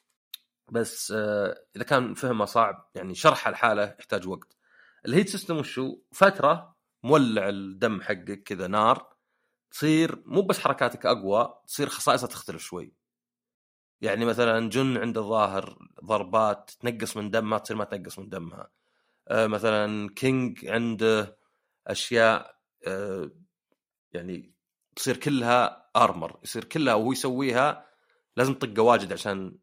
بس اذا كان فهمها صعب يعني شرح الحاله يحتاج وقت. الهيت سيستم وشو؟ فتره مولع الدم حقك كذا نار، تصير مو بس حركاتك اقوى، تصير خصائصها تختلف شوي. يعني مثلا جن عنده ظاهر ضربات تنقص من دمها تصير ما تنقص من دمها. آه مثلا كينج عنده اشياء آه يعني تصير كلها ارمر، يصير كلها وهو يسويها لازم طقه واجد عشان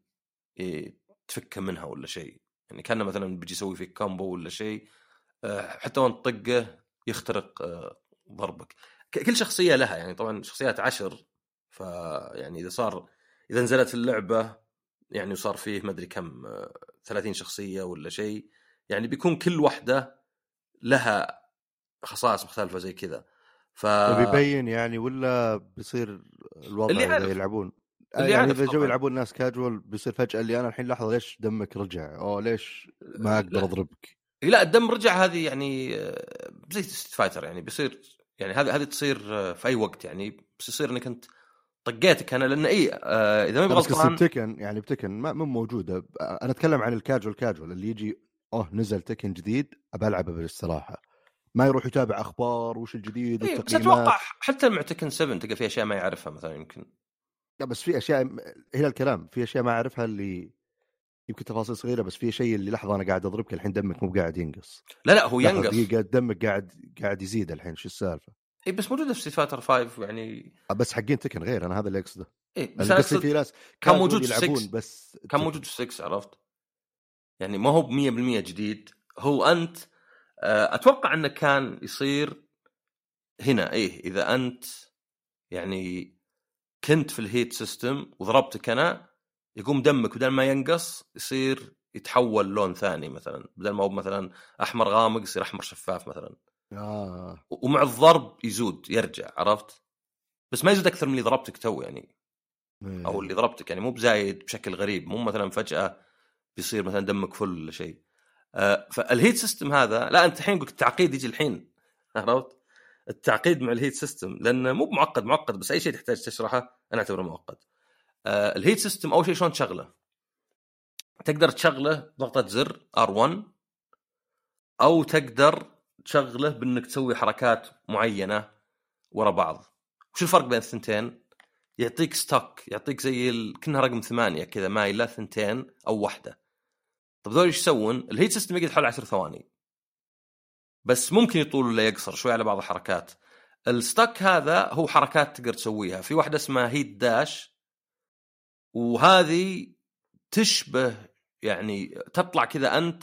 تفكه منها ولا شيء. يعني كان مثلا بيجي يسوي فيك كومبو ولا شيء آه حتى وانت طقه يخترق آه ضربك. كل شخصيه لها يعني طبعا شخصيات عشر، فيعني اذا صار اذا نزلت اللعبه يعني وصار فيه ما ادري كم ثلاثين شخصيه ولا شيء، يعني بيكون كل واحده لها خصائص مختلفه زي كذا. ف بيبين يعني ولا بيصير الوضع اللي اذا يلعبون اللي يعني اذا جو يلعبون ناس كاجوال بيصير فجاه اللي انا الحين لحظه ليش دمك رجع او ليش ما اقدر اضربك؟ لا الدم رجع هذه يعني زي ستريت فايتر يعني بيصير يعني هذه هذه تصير في اي وقت يعني بس يصير انك انت طقيتك انا لان اي آه اذا ما غلطان بتكن يعني بتكن ما مو موجوده. انا اتكلم عن الكاجوال كاجوال اللي يجي اوه نزل تكن جديد ابى العبه بالاستراحه، ما يروح يتابع اخبار وش الجديد إيه والتقييمات. بس اتوقع حتى مع تكن سبعة تلقى في اشياء ما يعرفها مثلا يمكن. لا بس في اشياء هنا الكلام في اشياء ما اعرفها اللي يمكن تفاصيل صغيره، بس في شيء اللي لحظه انا قاعد اضربك الحين دمك مو قاعد ينقص. لا لا هو ينقص دقيقه دمك قاعد قاعد يزيد الحين شو السالفه؟ اي بس موجوده في ستريت فايتر خمسة يعني بس حقين تكن غير انا هذا اللي اقصده. إيه بس أنا في ناس كان موجود في يلعبون ستة بس كان موجود في ستة عرفت يعني ما هو بمية بالمية جديد. هو أنت أتوقع أنه كان يصير هنا إيه إذا أنت يعني كنت في الهيت سيستم وضربتك أنا يقوم دمك بدل ما ينقص يصير يتحول لون ثاني مثلا، بدل ما هو مثلا أحمر غامق يصير أحمر شفاف مثلا. آه. ومع الضرب يزود يرجع عرفت، بس ما يزود أكثر من اللي ضربتك تو يعني مم. أو اللي ضربتك يعني مو بزايد بشكل غريب، مو مثلا فجأة بيصير مثلا دمك فل ولا شيء. آه فالهيت سيستم هذا لا انت الحين قلت التعقيد يجي الحين عرفت التعقيد مع الهيت سيستم لانه مو معقد معقد بس اي شيء تحتاج تشرحه انا اعتبره معقد. آه الهيت سيستم اول شيء شلون تشغله؟ تقدر تشغله ضغطة زر آر واحد او تقدر تشغله بانك تسوي حركات معينة ورا بعض. وش الفرق بين الثنتين؟ يعطيك ستوك يعطيك زي ال... كأنها رقم ثمانية كذا مايلة ثنتين او واحدة. طب ذول ايش يسوون؟ الهيت سيستم يقعد حوالي عشر ثواني بس ممكن يطول ولا يقصر شوي على بعض الحركات. الستاك هذا هو حركات تقدر تسويها في واحدة اسمها هيت داش، وهذه تشبه يعني تطلع كذا أنت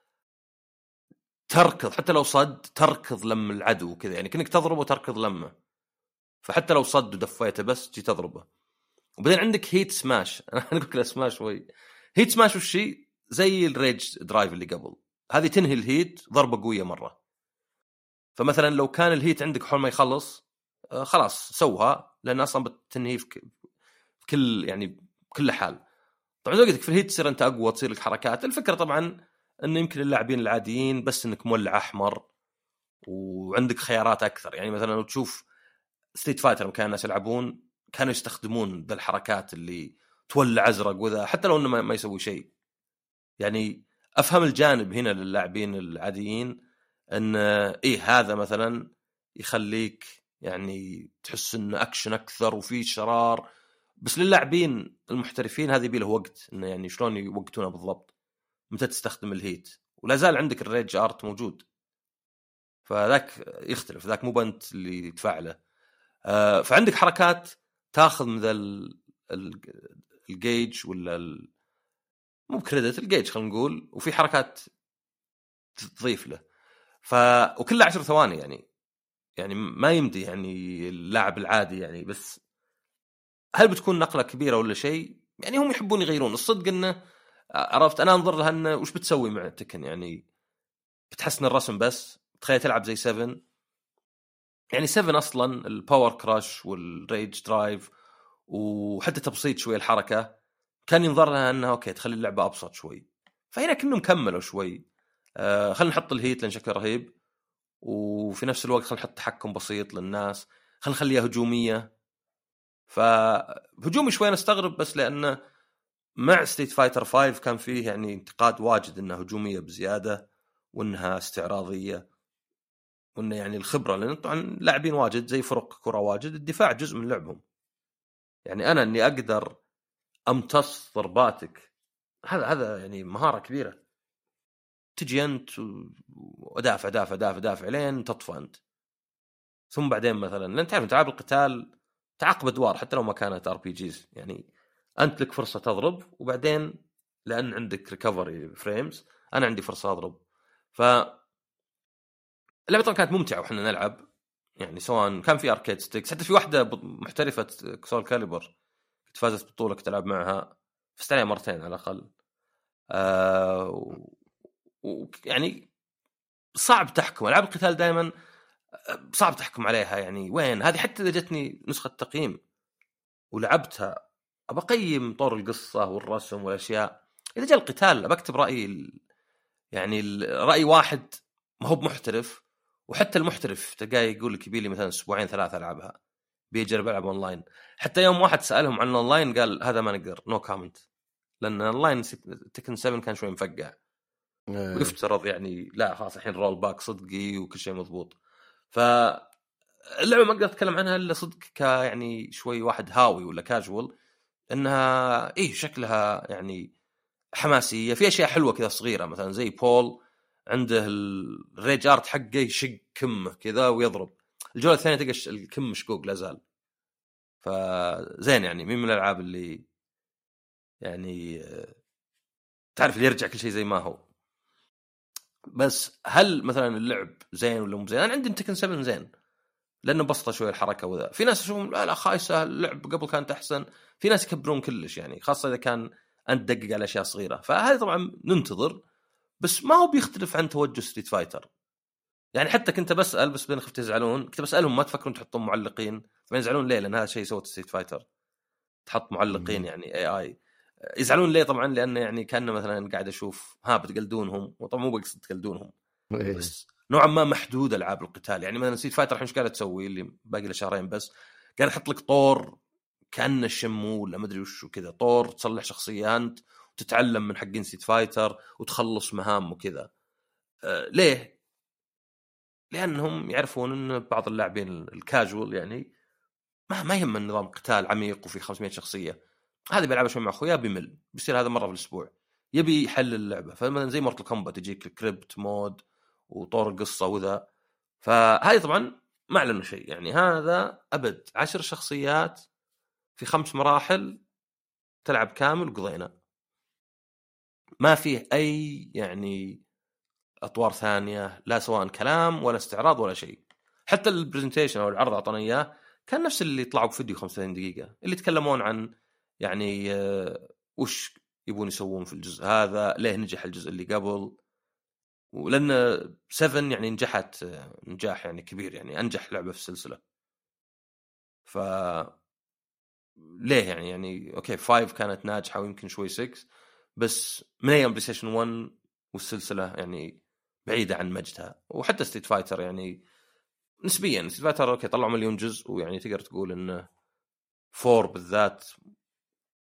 تركض حتى لو صد تركض لم العدو كذا يعني كأنك تضربه وتركض لمه، فحتى لو صد ودفيته بس تجي تضربه. وبعدين عندك هيت سماش أنا أقول لك سماش شوي. هيت سماش والشيء زي الريج درايف اللي قبل، هذه تنهي الهيت ضربة قوية مرة. فمثلا لو كان الهيت عندك حول ما يخلص آه خلاص سوها لأن أصلا بتنهي في كل يعني كل حال. طبعا وقتك في الهيت تصير أنت أقوى تصير لك حركات. الفكرة طبعا أنه يمكن اللاعبين العاديين بس أنك مولع أحمر وعندك خيارات أكثر. يعني مثلا لو تشوف ستريت فايتر كان الناس يلعبون كانوا يستخدمون ذا الحركات اللي تولع أزرق وذا حتى لو أنه ما يسوي شيء. يعني أفهم الجانب هنا للاعبين العاديين ان ايه هذا مثلا يخليك يعني تحس انه اكشن اكثر وفي شرار، بس للاعبين المحترفين هذه بيله وقت انه يعني شلون يوقتونه بالضبط متى تستخدم الهيت، ولا زال عندك الريج ارت موجود، فذاك يختلف، ذاك مو بنت اللي تفعله. آه فعندك حركات تاخذ من ذا الجيج ولا ال... مو بكريدت الجيج خلينا نقول، وفي حركات تضيف له، ف وكلها عشر ثواني يعني يعني ما يمدي يعني اللاعب العادي يعني. بس هل بتكون نقلة كبيرة ولا شيء؟ يعني هم يحبون يغيرون الصدق، انه عرفت انا انظر لها انه وش بتسوي مع تكن، يعني بتحسن الرسم بس، تخيل تلعب زي سفن. يعني سفن اصلا الباور كراش والريج درايف وحتى تبسيط شوي الحركة كان ينظر لها انها اوكي تخلي اللعبة ابسط شوي، فهنا كأنهم كملوا شوي. آه خلينا نحط الهيت لان شكله رهيب، وفي نفس الوقت خلينا نحط تحكم بسيط للناس، خلينا نخليها هجومية. فهجومي شوي نستغرب بس لأنه مع ستريت فايتر فايف كان فيه يعني انتقاد واجد انها هجومية بزيادة وانها استعراضية، وانه يعني الخبرة، لان طبعا لاعبين واجد زي فرق كرة واجد الدفاع جزء من لعبهم. يعني انا اني اقدر امتص ضرباتك هذا هذا يعني مهارة كبيرة. تجي انت ودافع دافع دافع دافع لين تطفى انت، ثم بعدين مثلا لان تعرف العاب القتال تعقب ادوار حتى لو ما كانت ار بي جيز، يعني انت لك فرصه تضرب وبعدين لان عندك ريكفري فريمز انا عندي فرصه اضرب. ف اللعبه طبعا كانت ممتعه وحنا نلعب، يعني سواء كان في اركيد ستيكس، حتى في واحده محترفه سول كاليبر كنت فازت بطوله كنت العب معها، فزت عليها مرتين على الاقل. آه ويعني صعب تحكم العاب القتال دائما، صعب تحكم عليها يعني وين هذه. حتى اذا جتني نسخه تقييم ولعبتها ابى اقيم طور القصه والرسم والاشياء، اذا جاء القتال ابى اكتب رايي، يعني راي واحد ما هو بمحترف، وحتى المحترف تلقاه يقول لك يبي لي مثلا اسبوعين ثلاثه العبها، بيجرب العب اونلاين. حتى يوم واحد سالهم عن الاونلاين قال هذا ما نقدر نو كومنت، لان اونلاين تكن سبعة كان شوي مفقع ويفترض يعني لا خلاص الحين رول باك صدقي وكل شيء مضبوط. ف اللعبه ما اقدر اتكلم عنها الا صدق ك يعني شوي واحد هاوي ولا كاجوال، انها ايه شكلها يعني حماسيه، في اشياء حلوه كذا صغيره مثلا زي بول عنده الريج ارت حقه يشق كمه كذا ويضرب، الجوله الثانيه تلقى الكم مشقوق لا زال. فزين يعني مين من الالعاب اللي يعني تعرف اللي يرجع كل شيء زي ما هو. بس هل مثلا اللعب زين ولا مو زين؟ انا عندي تكن سبعة زين لانه بسطه شويه الحركه وذا، في ناس يشوفون لا لا خايسه اللعب قبل كانت احسن، في ناس يكبرون كلش يعني خاصه اذا كان انت تدقق على اشياء صغيره، فهذا طبعا ننتظر. بس ما هو بيختلف عن توجه ستريت فايتر، يعني حتى كنت بسال بس بين خفت يزعلون كنت بسالهم ما تفكرون تحطون معلقين، ما يزعلون ليه؟ لان هذا شيء سوته ستريت فايتر تحط معلقين يعني اي اي. يزعلون ليه؟ طبعا لانه يعني كان مثلا قاعد اشوف ها بتقلدونهم، وطبعا مو بقصد تقلدونهم بس نوعا ما محدود العاب القتال. يعني مثلا ستريت فايتر الحين ايش قاعده تسوي اللي باقي له شهرين بس، قاعد تحط لك طور كأنه الشمو ولا ما ادري وش كذا، طور تصلح شخصيه انت وتتعلم من حقين ستريت فايتر وتخلص مهام وكذا. أه ليه؟ لانهم يعرفون ان بعض اللاعبين الكاجوال يعني ما ما يهم النظام قتال عميق وفي خمسمية شخصيه، هذا بيلعب شوي مع اخويا بيمل، بيصير هذا مره في الاسبوع، يبي يحل اللعبه. فمثلا زي مورتل كومبات يجيك كريبت مود وطور القصه وذا، فهذه طبعا ما اعلنوا شيء، يعني هذا ابد عشر شخصيات في خمس مراحل تلعب كامل وقضينا، ما فيه اي يعني اطوار ثانيه لا سواء كلام ولا استعراض ولا شيء. حتى البرزنتيشن او العرض اعطانا اياه كان نفس اللي طلعوا بفيديو خمسة وثلاثين دقيقه اللي يتكلمون عن يعني آه وش يبون يسوون في الجزء هذا، ليه نجح الجزء اللي قبل، ولأن سفن يعني نجحت نجاح يعني كبير، يعني أنجح لعبة في السلسلة. ف ليه يعني يعني أوكي فايف كانت ناجحة ويمكن شوي سكس، بس من أيام بلاي ستيشن ون والسلسلة يعني بعيدة عن مجدها. وحتى ستريت فايتر يعني نسبيا ستريت فايتر أوكي طلعوا مليون جزء، ويعني تقدر تقول إنه فور بالذات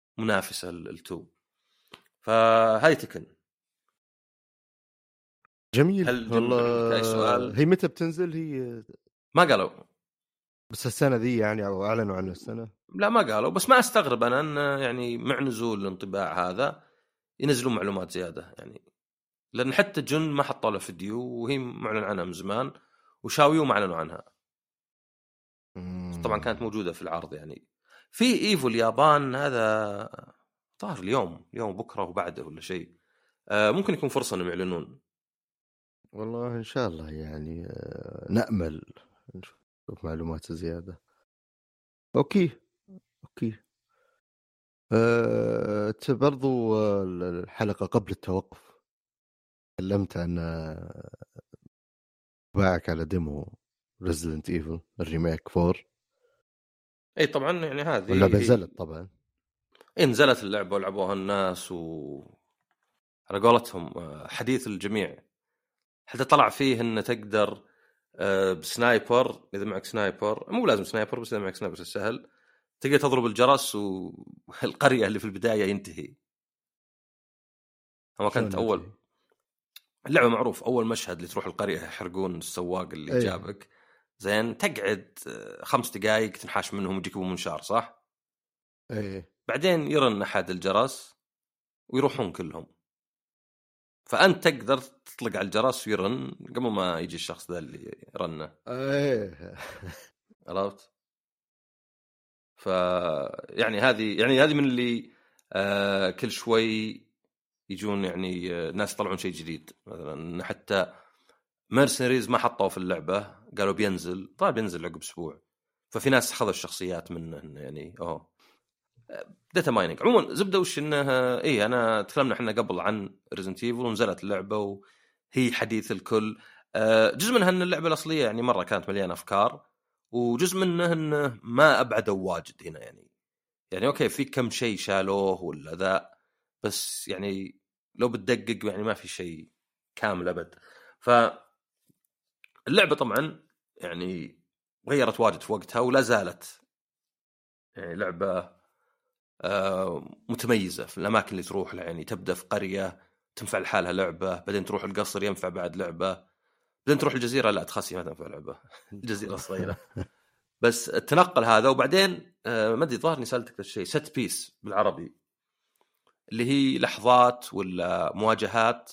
منافسة للتو. فهاي تكن جميل هل والله. سؤال؟ هي متى بتنزل؟ هي ما قالوا بس السنة ذي يعني، أو أعلنوا عن السنة؟ لا ما قالوا، بس ما استغرب أنا أن يعني مع نزول الانطباع هذا ينزلون معلومات زيادة يعني، لأن حتى جن ما حطوا له فيديو وهي معلن عنها من زمان، وشاويو ما أعلنوا عنها. مم. طبعا كانت موجودة في العرض يعني. في إيفو اليابان هذا طار اليوم اليوم بكرة وبعده ولا شيء، آه ممكن يكون فرصة أنهم يعلنون. والله إن شاء الله يعني، آه، نأمل نشوف معلومات زيادة. أوكي أوكي. أه برضو الحلقة قبل التوقف تكلمت عن باعك على ديمو Resident Evil الريميك فور. أي طبعا يعني هذه واللعبة هي... نزلت طبعا. إيه نزلت اللعبة ولعبوها الناس، و على قولتهم حديث الجميع. حتى طلع فيه إن تقدر بسنايبر، إذا معك سنايبر، مو لازم سنايبر بس إذا معك سنايبر سهل، تقدر تضرب الجرس والقرية اللي في البداية ينتهي. أما كانت أول ينتهي؟ اللعبة معروف أول مشهد اللي تروح القرية يحرقون السواق اللي أيه. جابك، زين تقعد خمس دقائق تنحاش منهم ويجيكوا منشار صح؟ ايه. بعدين يرن أحد الجرس ويروحون كلهم، فأنت تقدر تطلق على الجرس ويرن قبل ما يجي الشخص ذا اللي رنه. ايه. عرفت؟ ف يعني هذه يعني هذه من اللي آه كل شوي يجون يعني آه ناس يطلعون شيء جديد. مثلا حتى ميرسنريز ما حطوا في اللعبة، قالوا بينزل، طيب بينزل عقب اسبوع، ففي ناس خذوا الشخصيات منه يعني. اوه داتا مايننج. عموما زبده وش انه ايه، انا تكلمنا احنا قبل عن ريزنت ايفل ونزلت اللعبه وهي حديث الكل. جزء منها ان اللعبه الاصليه يعني مره كانت مليانه افكار، وجزء منه انه ما ابعدوا واجد هنا يعني. يعني اوكي في كم شيء شالوه ولا ذا، بس يعني لو بتدقق يعني ما في شيء كامل ابد. فاللعبه طبعا يعني غيرت واجد في وقتها ولا زالت يعني لعبه متميزة في الأماكن اللي تروح لها. يعني تبدأ في قرية تنفع لحالها لعبة، بعدين تروح القصر ينفع بعد لعبة، بعدين تروح الجزيرة لا تخسي ما تنفع لعبة الجزيرة الصغيرة. بس التنقل هذا، وبعدين آه ما أدري ظاهرني سألتك الشيء ست بيس بالعربي، اللي هي لحظات ولا مواجهات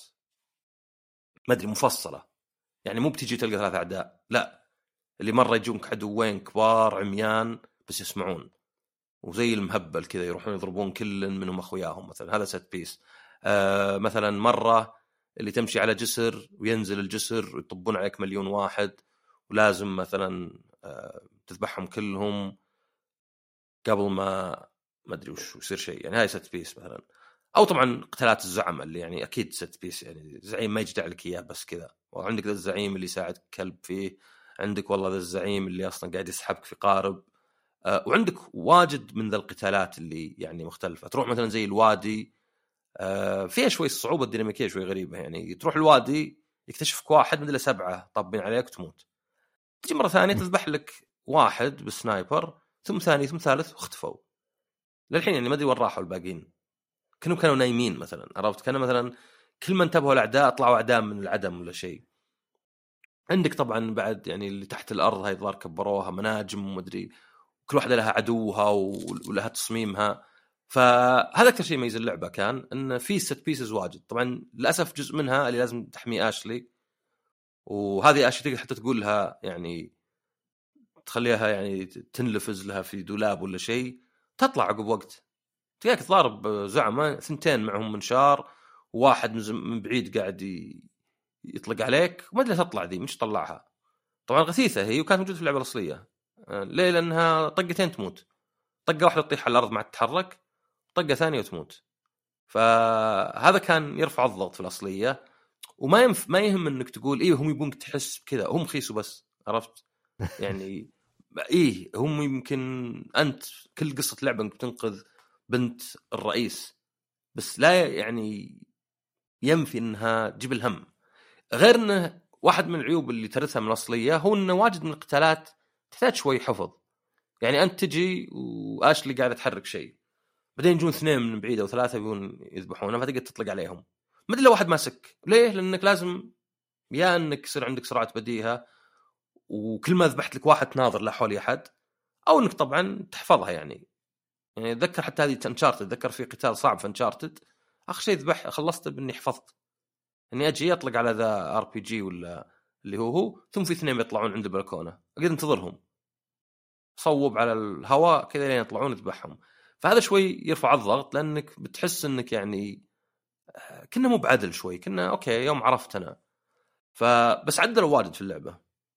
ما أدري مفصلة، يعني مو بتجي تلقى ثلاث أعداء، لا اللي مرة يجونك عدوين كبار عميان بس يسمعون وزي المهبل كذا يروحون يضربون كل منهم أخوياهم مثلا، هذا ست بيس. آه مثلا مرة اللي تمشي على جسر وينزل الجسر ويطبون عليك مليون واحد ولازم مثلا آه تذبحهم كلهم قبل ما ما أدري وش يصير شيء، يعني هاي ست بيس مثلا. أو طبعا قتالات الزعماء اللي يعني أكيد ست بيس، يعني زعيم ما يجدع لك إياه بس كذا، وعندك ذا الزعيم اللي يساعد كلب فيه، عندك والله ذا الزعيم اللي أصلا قاعد يسحبك في قارب. أه وعندك واجد من ذا القتالات اللي يعني مختلفة. تروح مثلا زي الوادي، أه فيها شوي الصعوبة الديناميكية شوي غريبة، يعني تروح الوادي يكتشفك واحد من سبعة طابين عليك تموت، تجي مرة ثانية تذبح لك واحد بالسنايبر، ثم ثاني ثم ثالث واختفوا للحين، يعني ما أدري وين راحوا الباقين، كانوا كانوا نايمين مثلا. عرفت؟ كانوا مثلا كل ما انتبهوا الأعداء طلعوا أعداء من العدم ولا شيء. عندك طبعا بعد يعني اللي تحت الأرض هاي الظاهر كبروها مناجم ومدري، كل واحدة لها عدوها ولها تصميمها. فهذا أكثر شيء يميز اللعبة كان إن في ست بيسز واجد. طبعا للأسف جزء منها اللي لازم تحمي آشلي، وهذه آشلي تقدر حتى تقول لها يعني تخليها يعني تنلفز لها في دولاب ولا شيء تطلع عقب وقت، تلاقيك تضارب زعماء ثنتين معهم منشار وواحد من بعيد قاعد يطلق عليك وما أدري تطلع ذي مش طلعها. طبعا غثيثة هي وكانت موجودة في اللعبة الأصلية. ليه؟ لأنها طقتين تموت، طقة واحدة تطيح على الأرض مع تتحرك، طقة ثانية وتموت. فهذا كان يرفع الضغط في الأصلية، وما ينف ما يهم إنك تقول إيه هم يبونك تحس كذا، هم خيسوا بس. عرفت يعني إيه هم يمكن أنت كل قصة لعبة إنك تنقذ بنت الرئيس، بس لا يعني ينفي إنها تجيب الهم. غير إنه واحد من العيوب اللي ترثها من الأصلية هو إنه واجد من القتالات تحتاج شوي حفظ. يعني أنت تجي وآشلي قاعدة تحرك شيء، بعدين يجون اثنين من بعيد أو ثلاثة يبون يذبحونه، فتقدر تطلق عليهم، ما أدري لو واحد ماسك ليه، لأنك لازم يا انك يصير عندك سرعه بديهه وكل ما ذبحت لك واحد تناظر لا حول احد، او انك طبعا تحفظها. يعني يعني اتذكر حتى هذه انشارتد، اتذكر في قتال صعب في انشارتد اخر شيء ذبح خلصت باني حفظت اني اجي اطلق على ذا ار بي جي ولا اللي هو هو، ثم في اثنين بيطلعون عند البلكونه اقدر انتظرهم صوب على الهواء كذا لين يطلعون يذبحهم. فهذا شوي يرفع الضغط لانك بتحس انك يعني كنا مو بعدل شوي، كنا اوكي يوم عرفت انا. فبس عدلوا واجد في اللعبه،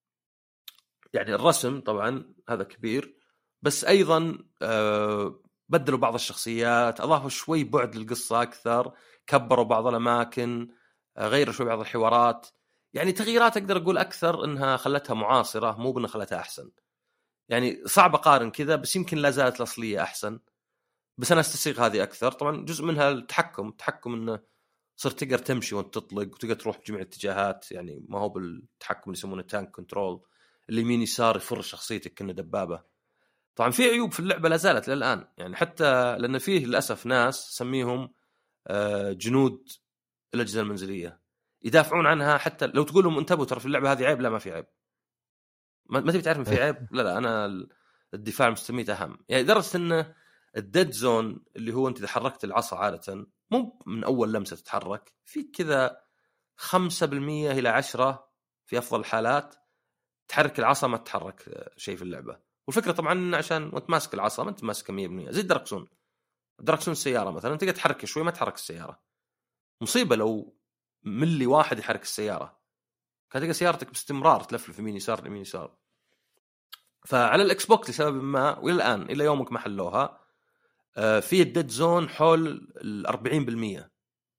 يعني الرسم طبعا هذا كبير، بس ايضا أه بدلوا بعض الشخصيات، اضافوا شوي بعد للقصه اكثر، كبروا بعض الاماكن، أه غيروا شوي بعض الحوارات. يعني تغييرات اقدر اقول اكثر انها خلتها معاصره، مو بانها خلتها احسن. يعني صعب اقارن كذا، بس يمكن لا زالت الاصليه احسن، بس انا استسيغ هذه اكثر. طبعا جزء منها التحكم، التحكم انه صرت تقدر تمشي وانت تطلق وتقدر تروح بجميع الاتجاهات، يعني ما هو بالتحكم اللي يسمونه تانك كنترول اللي يمين يسار يفر شخصيتك كأنه دبابه. طبعا في عيوب في اللعبه لا زالت للان، يعني حتى لان فيه للاسف ناس سميهم جنود الاجهزه المنزليه يدافعون عنها، حتى لو تقول لهم انتبهوا ترى في اللعبه هذه عيب، لا ما في عيب. ما تبي تعرف ان في عيب؟ لا لا انا الدفاع مستميت اهم. يعني درجه انه الديد زون اللي هو انت اذا حركت العصا عاده مو من اول لمسه تتحرك، في كذا خمسة بالمية الى عشرة في افضل الحالات تحرك العصا ما تتحرك شيء في اللعبه. والفكره طبعا عشان وانت ماسك العصا ما انت ماسكها مية بالمية زي دراكسون. دراكسون السياره مثلا تقدر تحرك شوي ما تحرك السياره، مصيبه لو ملي واحد يحرك السياره كانت سيارتك باستمرار تلفلف يمين يسار يمين يسار. فعلى الاكس بوكس لسبب ما والى الان الى يومك ما حلوها، في الديد زون حول ال أربعين بالمية،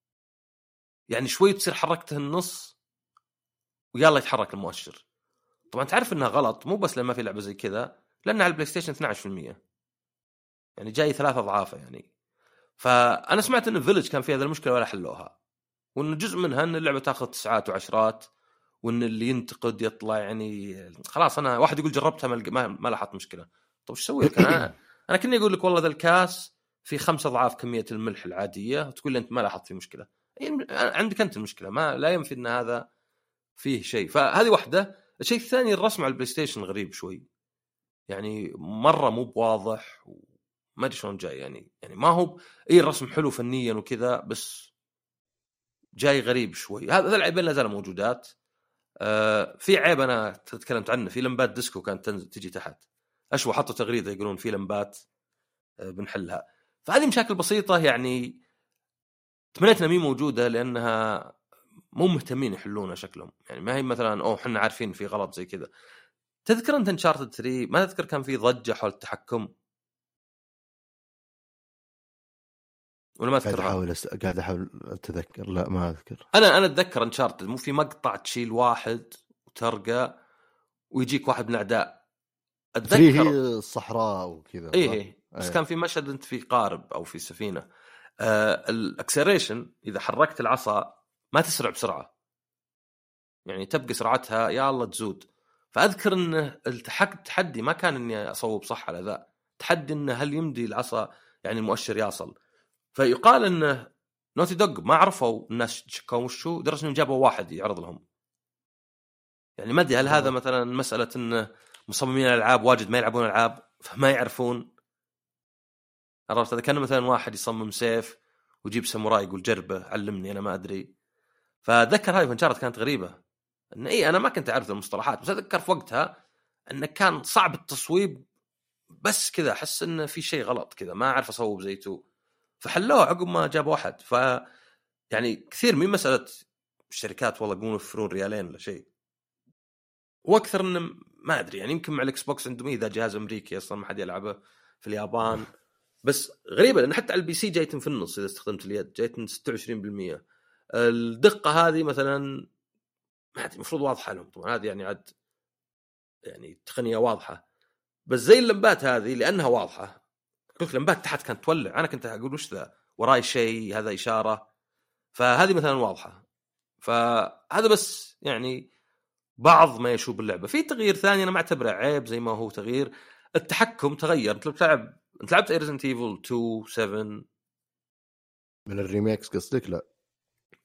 يعني شوي تصير حركته النص ويلا يتحرك المؤشر. طبعا تعرف انها غلط، مو بس لما في لعبه زي كذا، لان على البلاي ستيشن اثني عشر بالمية، يعني جاي ثلاثة اضعافه يعني. فانا سمعت ان الفيلج كان فيها هذه المشكله ولا حلوها، وان جزء منها ان اللعبه تاخذ تسعات وعشرات، وان اللي ينتقد يطلع يعني خلاص. انا واحد يقول جربتها ما ما لاحظت مشكله. طب ايش اسوي لك انا؟ انا كني اقول لك والله ذا الكاس في خمسة اضعاف كميه الملح العاديه وتقول لي انت ما لاحظت في مشكله. يعني عندك انت المشكله، ما لا ينفي ان هذا فيه شيء. فهذه واحده. الشيء الثاني الرسم على البلاي ستيشن غريب شوي، يعني مره مو بواضح وما ادري شلون جاي. يعني يعني ما هو اي الرسم حلو فنيا وكذا، بس جاي غريب شوي. هذا العيبين لا زالوا موجودات. آه في عيب انا تكلمت عنه، في لمبات ديسكو كانت تنزل تجي تحت اشوى، حطوا تغريده يقولون في لمبات آه بنحلها. فهذه مشاكل بسيطه يعني تمنيت انها مي موجوده لانها مو مهتمين يحلونها شكلهم. يعني ما هي مثلا اوه احنا عارفين في غلط زي كذا. تذكر انت انشارتد ثري ما تذكر كان في ضجه حول التحكم ولا ما تذكرها؟ قاعد احاول أس... قاعد احاول اتذكر. لا ما اذكر. انا انا اتذكر انشارتد مو في مقطع تشيل واحد وترقى ويجيك واحد من الاعداء. اتذكر هي الصحراء وكذا. ايه ايه بس أيه. كان في مشهد انت في قارب او في سفينه. آه الاكسلريشن اذا حركت العصا ما تسرع بسرعه، يعني تبقى سرعتها يا الله تزود. فاذكر انه التحدي ما كان اني اصوب صح على ذا، تحدي انه هل يمدي العصا يعني المؤشر يصل. فيقال انه نوتي دوغ ما عرفوا الناس شكوا وشو درجه انهم جابوا واحد يعرض لهم. يعني ما ادري هل هذا مثلا مساله انه مصممين الالعاب واجد ما يلعبون العاب فما يعرفون. عرفت هذا كان مثلا واحد يصمم سيف ويجيب ساموراي يقول جربه علمني انا ما ادري. فذكر هاي فانشارت كانت غريبه ان اي انا ما كنت اعرف المصطلحات، بس اتذكر في وقتها انه كان صعب التصويب، بس كذا احس انه في شيء غلط كذا ما اعرف اصوب زي تو. فحلوه عقب ما جاب واحد. ف يعني كثير من مساله الشركات والله يقومون يوفرون ريالين ولا شيء، واكثر انه ما ادري يعني يمكن مع الاكس بوكس عندهم اذا جهاز امريكي اصلا ما حد يلعبه في اليابان. بس غريبه لان حتى على البي سي جايتن في النص اذا استخدمت اليد جايتن ستة وعشرين بالمية. الدقه هذه مثلا ما ادري المفروض واضحه لهم طبعا، هذه يعني عاد يعني تقنيه واضحه، بس زي اللمبات هذه لانها واضحه. قلت لمبات تحت كانت تولع، انا كنت اقول وش ذا وراي شيء هذا اشاره. فهذه مثلا واضحه. فهذا بس يعني بعض ما يشوب اللعبه. في تغيير ثاني انا ما اعتبره عيب زي ما هو تغيير التحكم تغير. انت لو بتلعب انت لعبت ريزنت ايفل تو سبعة من الريميكس قصدك؟ لا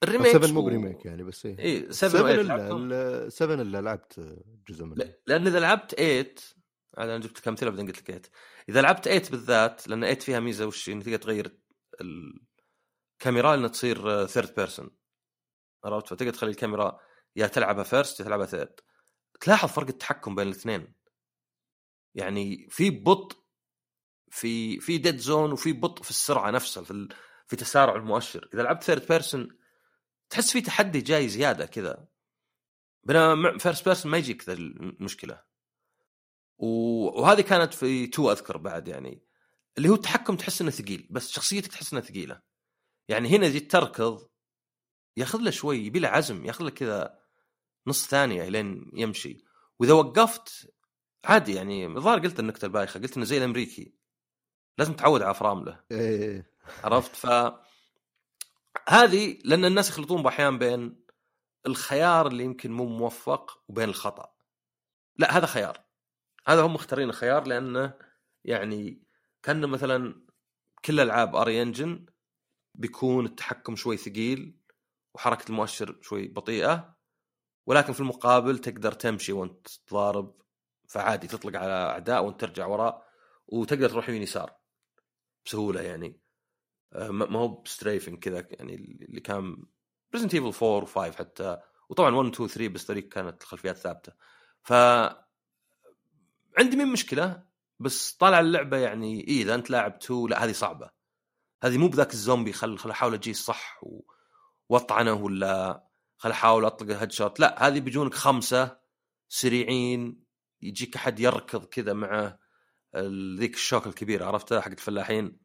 الريميك سبعة مو بريميك يعني، بس ايه اي سبعة سبعة و8 الا لعبتهم. ال- سبعة الا لعبت جزء منه. لا، لان اذا لعبت ثمانية، انا جبت كم مثال بعدين قلت لك ثمانية. اذا لعبت ثمانية بالذات، لان ثمانية فيها ميزه وش انك تقدر تغير الكاميرا انها تصير ثيرد بيرسون، عرفت؟ فتقدر تخلي الكاميرا يا تلعبها فيرست يا تلعبها ثيرد. تلاحظ فرق التحكم بين الاثنين، يعني في بطء في في ديد زون، وفي بطء في السرعه نفسها، في ال... في تسارع المؤشر. اذا لعبت ثيرد بيرسون تحس في تحدي جاي زياده كذا، بينما فيرست بيرسون ما يجيك ذا المشكله. وهذه كانت في تو اذكر بعد، يعني اللي هو التحكم تحس انه ثقيل، بس شخصيتك تحس انها ثقيله. يعني هنا جيت تركض ياخذ له شوي، يبي له عزم، ياخذ له كذا نص ثانيه لين يمشي. واذا وقفت عادي، يعني الظاهر قلت النكته البايخه، قلت انه زي الامريكي لازم تعود على فرامله، ايه عرفت؟ ف هذه لان الناس يخلطون باحيان بين الخيار اللي يمكن مو موفق وبين الخطا. لا، هذا خيار، هذا هم مختارين الخيار لانه يعني كان مثلا كل العاب اري انجن بيكون التحكم شوي ثقيل وحركه المؤشر شوي بطيئه، ولكن في المقابل تقدر تمشي وانت تضارب، فعادي تطلق على اعداء وانت ترجع وراء، وتقدر تروح يمين يسار بسهوله. يعني ما هو بستريفنج كذا، يعني اللي كان ريزنت ايفل فور و5 حتى، وطبعا واحد اثنين ثلاثة بس طريق كانت الخلفيات ثابته. ف عندي من مشكله، بس طالع اللعبه يعني إيه اذا انت لاعب تو، لا هذه صعبه، هذه مو بذاك الزومبي خل خل احاول اجي صح و... واطعنه، ولا خل احاول اطلق هيد شوت. لا، هذه بيجونك خمسه سريعين، يجيك احد يركض كذا مع ذيك الشوكه الكبيره، عرفتها حق الفلاحين.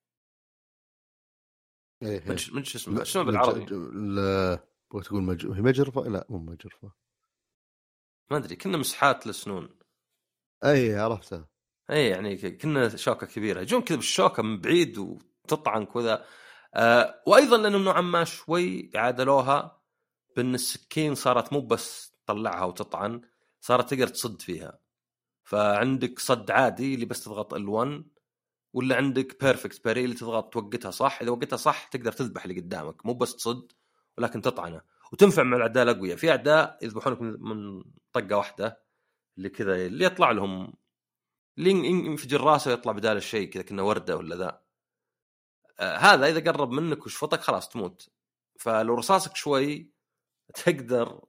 ايه من ايه ش... من شو اسمه م- شنو مج... بالعربي؟ لا بغيت تقول مج... هي مجرفة؟ لا مو مجرفة، ما ادري، كنا مسحات للسنون. اي عرفتها. اي يعني كنا شوكه كبيره، يجون كذا بالشوكه من بعيد وتطعن كذا. آه وايضا لانهم نوعا ما شوي عادلوها بان السكين صارت مو بس تطلعها وتطعن، صارت تقدر تصد فيها. فعندك صد عادي اللي بس تضغط ال واحد، ولا عندك بيرفكت باري اللي تضغط توقتها صح. اذا وقتها صح تقدر تذبح اللي قدامك، مو بس تصد ولكن تطعنه. وتنفع مع الاعداء الاقوياء، في اعداء يذبحونك من طقه واحده، اللي كذا اللي يطلع لهم اللي ينفجر راسه يطلع بدال الشيء كذا كنا ورده ولا ذا. آه هذا اذا قرب منك وشفطك خلاص تموت. فلو رصاصك شوي تقدر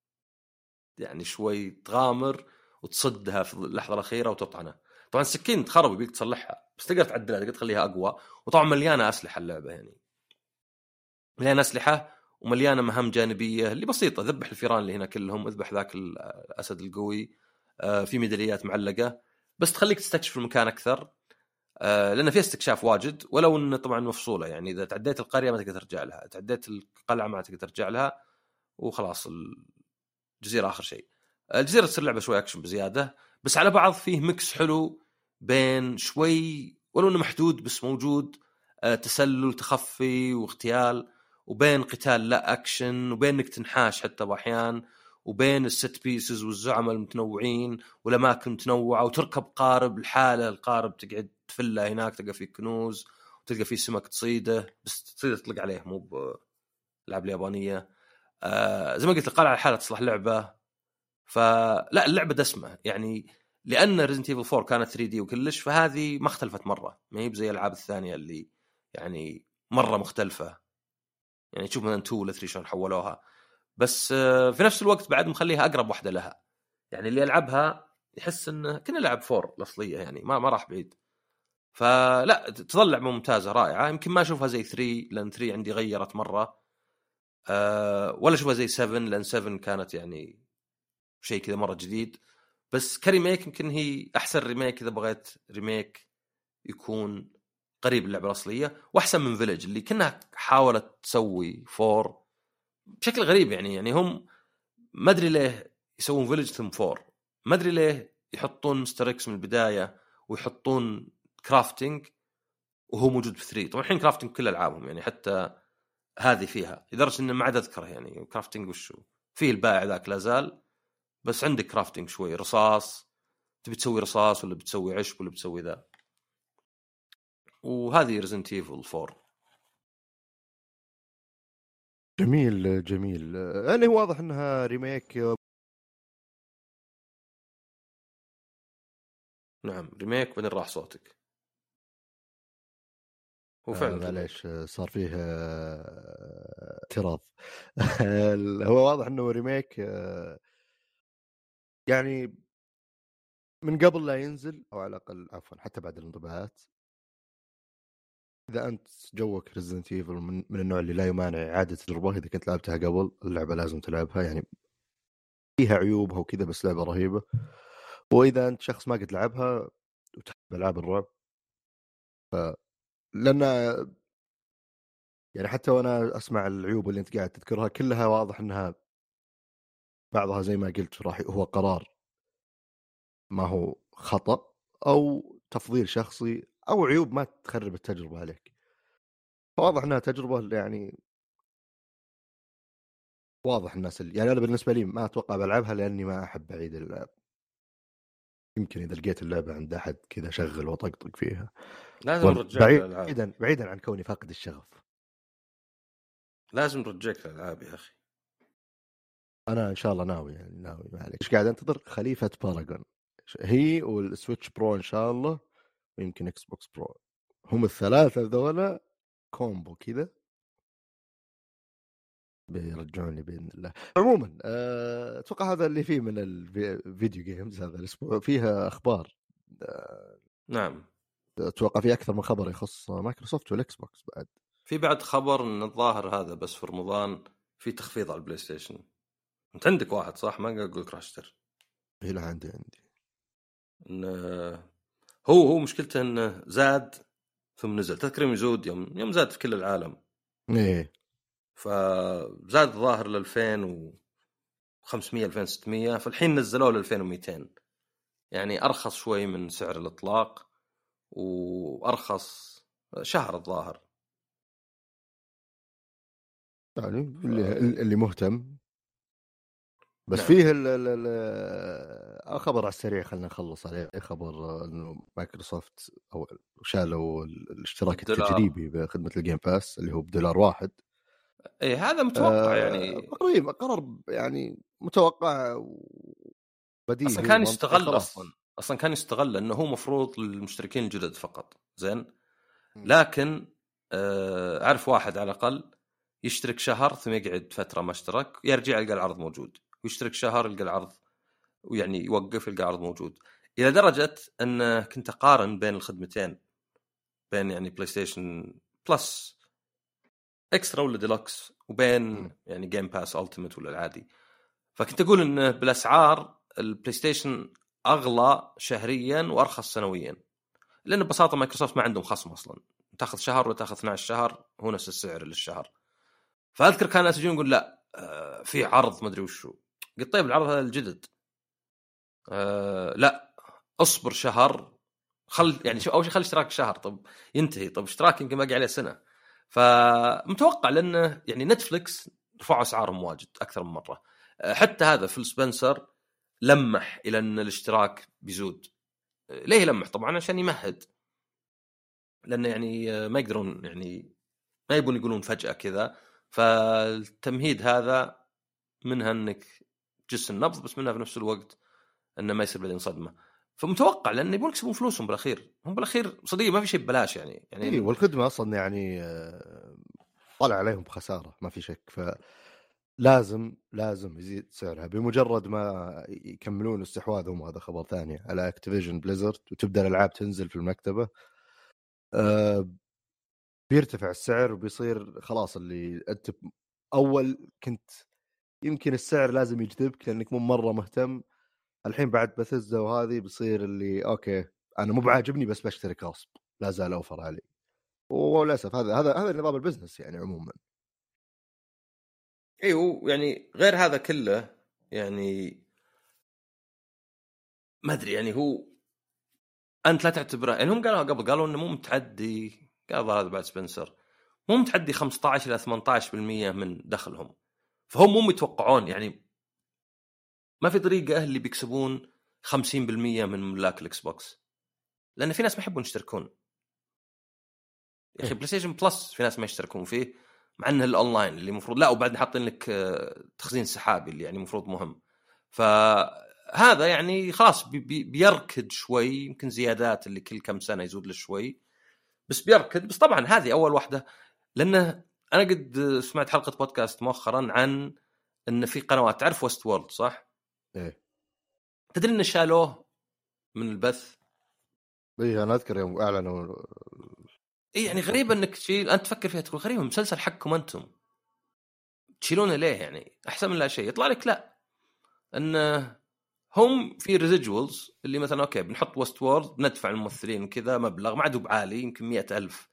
يعني شوي تغامر وتصدها في اللحظه الاخيره وتطعنه. طبعا السكين تخرب يبيك تصلحها، بس تقدر تعدلها، تقدر تخليها اقوى. وطبعا مليانه اسلحه اللعبه، يعني مليانه اسلحه ومليانه مهام جانبيه اللي بسيطه، ذبح الفيران اللي هنا كلهم، اذبح ذاك الاسد القوي. آه في ميداليات معلقه بس تخليك تستكشف المكان اكثر، آه لان فيها استكشاف واجد، ولو ان طبعا مفصوله. يعني اذا تعديت القريه ما تقدر ترجع لها، تعديت القلعه ما تقدر ترجع لها، وخلاص الجزيره اخر شيء. الجزيره تصير لعبه شوي اكشن بزياده، بس على بعض فيه ميكس حلو بين شوي ولو انه محدود بس موجود آه تسلل تخفي واغتيال، وبين قتال لا اكشن، وبين انك تنحاش حتى باحيان، وبين الست بيسز والزعماء المتنوعين والاماكن متنوعه، وتركب قارب الحاله، القارب تقعد تفله هناك تلقى فيه كنوز وتلقى فيه سمك تصيده، بس تصيده تطلق عليه مو بالالعاب اليابانيه. آه زي ما قلت القلعه الحاله تصلح لعبه. فلا اللعبه دسمه يعني، لان ريزنت ايفل فور كانت ثري دي وكلش، فهذه ما اختلفت مره، ما هي زي الالعاب الثانيه اللي يعني مره مختلفه. يعني تشوف مثلا تو ولا ثري شلون حولوها، بس في نفس الوقت بعد مخليها اقرب واحده لها. يعني اللي يلعبها يحس انه كنا لعب فور الاصليه، يعني ما ما راح بعيد. فلا تظل لعبه ممتازه رائعه. يمكن ما اشوفها زي ثري لان ثري عندي غيرت مره، أه ولا اشوفها زي سفن لان سفن كانت يعني شيء كذا مره جديد. بس كريميك يمكن هي احسن ريميك اذا بغيت ريميك يكون قريب اللعبه الاصليه، واحسن من فيلج اللي كنا حاولت تسوي فور بشكل غريب. يعني يعني هم ما ادري ليه يسوون فيلج ثم فور، ما ادري ليه يحطون مستر اكس من البدايه ويحطون كرافتنج وهو موجود في ثري. طبعا الحين كرافتنج كل العابهم، يعني حتى هذه فيها لدرجه ان ما عاد اذكره. يعني كرافتنج وشو فيه البائع ذاك لا زال، بس عندك كرافتنج شوي رصاص، تبي تسوي رصاص ولا بتسوي عشب ولا بتسوي ذا. وهذه ريزنت ايفل فور. جميل جميل. يعني واضح انها ريميك. نعم ريميك بعدين راح صوتك. هو فعلا آه ريميك. معليش صار فيه آه، اعتراض. هو واضح انه ريميك آه، يعني من قبل لا ينزل او على الاقل عفوا حتى بعد الانطباعات. اذا انت جوك ريزدنت ايفل من, من النوع اللي لا يمانع اعاده تجربه، اذا كنت لعبتها قبل اللعبه لازم تلعبها، يعني فيها عيوبها وكذا بس لعبه رهيبه. واذا انت شخص ما قد لعبها وتحب العاب الرعب، ف لان يعني حتى وانا اسمع العيوب اللي انت قاعد تذكرها كلها واضح انها بعضها زي ما قلت راح هو قرار ما هو خطأ او تفضيل شخصي او عيوب ما تخرب التجربه عليك. فواضح انها تجربه اللي يعني واضح الناس اللي يعني انا بالنسبه لي ما اتوقع بلعبها لاني ما احب اعيد اللعب. يمكن اذا لقيت اللعبه عند احد كذا شغل وطقطق فيها. لازم نرجعك للالعاب. بعيدا بعيدا عن كوني فاقد الشغف، لازم نرجعك للالعاب يا اخي. انا ان شاء الله ناوي يعني ناوي ما عليك. ايش قاعد انتظر؟ خليفه باراجون هي والسويتش برو ان شاء الله، ويمكن اكس بوكس برو. هم الثلاثه ذولا كومبو كذا بيرجعوني باذن الله. عموما أه... اتوقع هذا اللي فيه من الفيديو جيمز هذا الاسبوع. فيها اخبار أه... نعم اتوقع في اكثر من خبر يخص مايكروسوفت والاكس بوكس بعد. في بعد خبر ان الظاهر هذا بس في رمضان في تخفيض على البلاي ستيشن. انت عندك واحد صح؟ ما اقول لك راح اشتري. هي لا عندي عندي إن هو هو مشكلته انه زاد ثم نزل. تذكر يوم يزود يوم يوم زاد في كل العالم. ايه فزاد الظاهر ل ألفين وخمسمية ألفين وستمية، فالحين نزلوه ل ألفين ومئتين، يعني ارخص شوي من سعر الاطلاق وارخص شهر الظاهر. يعني اللي اللي مهتم بس نعم. فيه ال ال ال خبر على السريع خلينا نخلص عليه. خبر انه مايكروسوفت او شالوا الاشتراك الدولار. التجريبي بخدمه الجيم باس اللي هو بدولار واحد. ايه هذا متوقع آه يعني. تقريبا قرار يعني متوقع اصلا وبديهي كان ومنطقي يستغل اصلا خلاص. اصلا كان يستغل انه هو مفروض للمشتركين الجدد فقط. زين. م. لكن آه عارف واحد على الاقل يشترك شهر ثم يقعد فتره ما اشترك يرجع يلقى العرض موجود، ويشترك شهر يلقى العرض ويعني يوقف يلقى العرض موجود، الى درجه ان كنت اقارن بين الخدمتين، بين يعني بلاي ستيشن بلس اكسترا ولا ديلوكس وبين م. يعني جيم باس التيمت ولا العادي. فكنت اقول ان بالاسعار البلاي ستيشن اغلى شهريا وارخص سنويا، لان ببساطه مايكروسوفت ما عندهم خصم اصلا، تاخذ شهر ولا تاخذ اثنا عشر شهر هو نفس السعر للشهر. فاذكر كان الناس يجون يقول لا آه في عرض ما ادري وشو. قلت طيب العرض هذا الجدد آه لا اصبر شهر، خل يعني شو اول شيء خلي اشتراك شهر طب ينتهي، طب اشتراك يمكن باقي عليه سنه. فمتوقع لانه يعني نتفليكس رفعوا اسعارهم واجد اكثر من مره. حتى هذا فيل سبنسر لمح الى ان الاشتراك بيزود. ليه يلمح؟ طبعا عشان يمهد، لانه يعني ما يقدرون يعني ما يبون يقولون فجاه كذا. فالتمهيد هذا منها انك تجس النبض، بس منها في نفس الوقت انه ما يصير بعدين صدمه. فمتوقع لان يبون يكسبون فلوسهم بالاخير. هم بالاخير صديق ما في شيء ببلاش يعني يعني اي والخدمه اصلا يعني آه، طلع عليهم بخساره ما في شك. فلازم لازم يزيد سعرها بمجرد ما يكملون استحواذهم. هذا خبر ثاني على اكتيفيجن بليزرد وتبدا الالعاب تنزل في المكتبه. أه بيرتفع السعر وبيصير خلاص اللي انت اول كنت يمكن السعر لازم يجذبك لانك مو مره مهتم. الحين بعد بثزة وهذه بيصير اللي اوكي انا مو بعاجبني بس بشترك غصب، لا زال اوفر علي. وللاسف هذا هذا هذا نظام البزنس يعني عموما. ايوه يعني غير هذا كله يعني ما ادري يعني هو انت لا تعتبره يعني هم قالوا قبل قالوا انه مو متعدي، قال هذا بعد سبنسر مو متعدي خمسة عشر الى ثمانية عشر بالمية من دخلهم. فهم مو متوقعون يعني ما في طريقه اللي بيكسبون خمسين بالمية من ملاك الاكس بوكس، لان في ناس ما يحبون يشتركون. يا اخي بلاي ستيشن بلس في ناس ما يشتركون فيه، مع انه الاونلاين اللي المفروض لا، وبعد حاطين لك تخزين سحابي اللي يعني المفروض مهم. فهذا يعني خلاص بي بي بيركض شوي، يمكن زيادات اللي كل كم سنه يزود له شوي، بس بيركض. بس طبعا هذه اول واحده، لانه انا قد سمعت حلقه بودكاست مؤخرا عن ان في قنوات، تعرف ويست وورلد صح؟ ايه تدري ان شالوه من البث. ايه انا اذكر يوم اعلنوا. اي يعني غريب انك تشيل، انت تفكر فيها تقول غريب مسلسل حقكم انتم تشيلونه ليه؟ يعني احسن من لا شيء. يطلع لك لا، ان هم في ريزيدوالز اللي مثلا اوكي بنحط ويست وورلد، بندفع الممثلين كذا مبلغ ما عاد بعالي، يمكن مئة ألف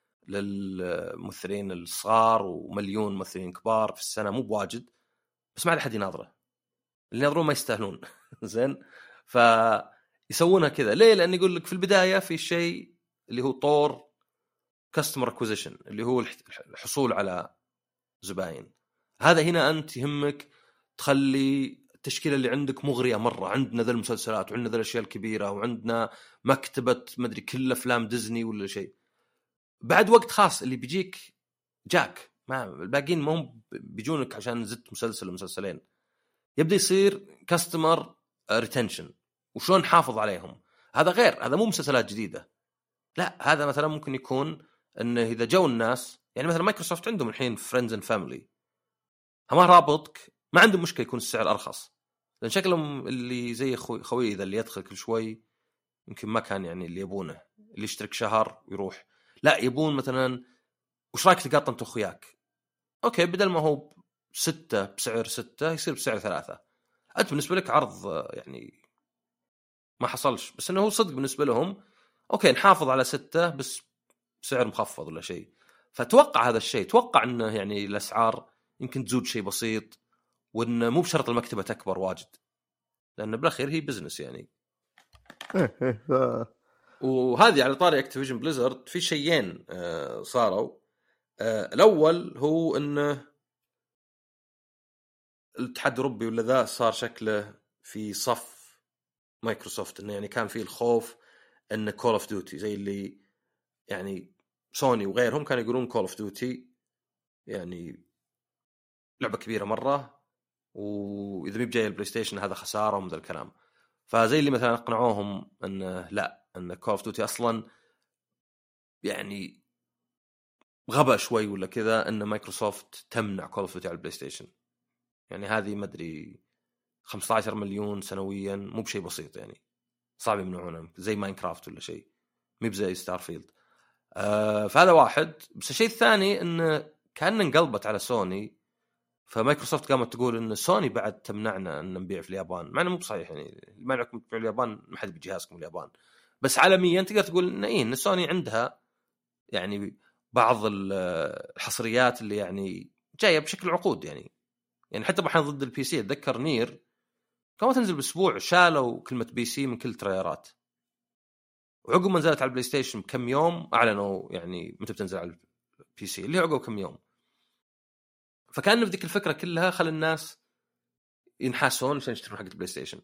للممثلين الصغار ومليون ممثلين كبار في السنه، مو بواجد، بس ما عاد احد يناظره، اللي يناظرون ما يستاهلون. زين، فيسوونها كذا ليه؟ لان يقول لك في البدايه في شيء اللي هو طور كاستمر اكوزيشن، اللي هو الحصول على زباين. هذا هنا انت يهمك تخلي التشكيله اللي عندك مغريه مره، عندنا ذا المسلسلات وعندنا ذا الاشياء الكبيره وعندنا مكتبه مدري كل افلام ديزني ولا شيء. بعد وقت خاص اللي بيجيك جاك، ما الباقيين ما هم بيجونك عشان زدت مسلسل ومسلسلين. يبدا يصير كاستمر ريتنشن، وشلون نحافظ عليهم. هذا غير، هذا مو مسلسلات جديده، لا هذا مثلا ممكن يكون انه اذا جو الناس، يعني مثلا مايكروسوفت عندهم الحين فريندز اند فاميلي، ما رابطك، ما عندهم مشكله يكون السعر ارخص، لان شكلهم اللي زي خوي خوي ذا اللي يدخل كل شوي يمكن ما كان يعني اللي يبونه، اللي يشترك شهر ويروح، لا يبون مثلا وش رايك تقاطع انت اخوياك؟ اوكي، بدل ما هو ستة بسعر ستة يصير بسعر ثلاثة. انت بالنسبه لك عرض يعني ما حصلش، بس انه هو صدق بالنسبه لهم اوكي نحافظ على ستة بس بسعر مخفض ولا شيء. فتوقع هذا الشيء، توقع انه يعني الاسعار يمكن تزود شيء بسيط، وانه مو بشرط المكتبه تكبر واجد، لان بالاخير هي بزنس يعني. ايه ايه ف... وهذه على طاري اكتيفيجن بليزرد في شيئين آه صاروا. آه الاول هو انه الاتحاد الاوروبي ولا ذا صار شكله في صف مايكروسوفت، انه يعني كان فيه الخوف ان كول اوف ديوتي زي اللي يعني سوني وغيرهم كانوا يقولون كول اوف ديوتي يعني لعبه كبيره مره، واذا مي بجاي البلاي ستيشن هذا خساره ومن ذا الكلام. فزي اللي مثلا اقنعوهم ان لا، ان كول اوف ديوتي اصلا يعني غبا شوي ولا كذا ان مايكروسوفت تمنع كول اوف ديوتي على البلاي ستيشن. يعني هذه ما ادري خمسة عشر مليون سنويا، مو بشيء بسيط يعني، صعب يمنعونه زي ماينكرافت ولا شيء، مو بزي ستارفيلد. آه فهذا واحد. بس الشيء الثاني انه كان انقلبت على سوني، فمايكروسوفت قامت تقول ان سوني بعد تمنعنا ان نبيع في اليابان، مع انه مو بصحيح يعني، ما يمنعكم تبيعوا اليابان ما حد بيجهزكم اليابان، بس عالميا تقدر تقول ان ايه ان سوني عندها يعني بعض الحصريات اللي يعني جايه بشكل عقود يعني. يعني حتى احنا ضد البي سي، اتذكر نير كانت تنزل باسبوع شالوا كلمه بي سي من كل تريارات، وعقب ما نزلت على البلاي ستيشن بكم يوم اعلنوا يعني متى بتنزل على البي سي، اللي عقب كم يوم. فكان في ذيك الفكره كلها خل الناس ينحاسون عشان يشترون حق البلاي ستيشن.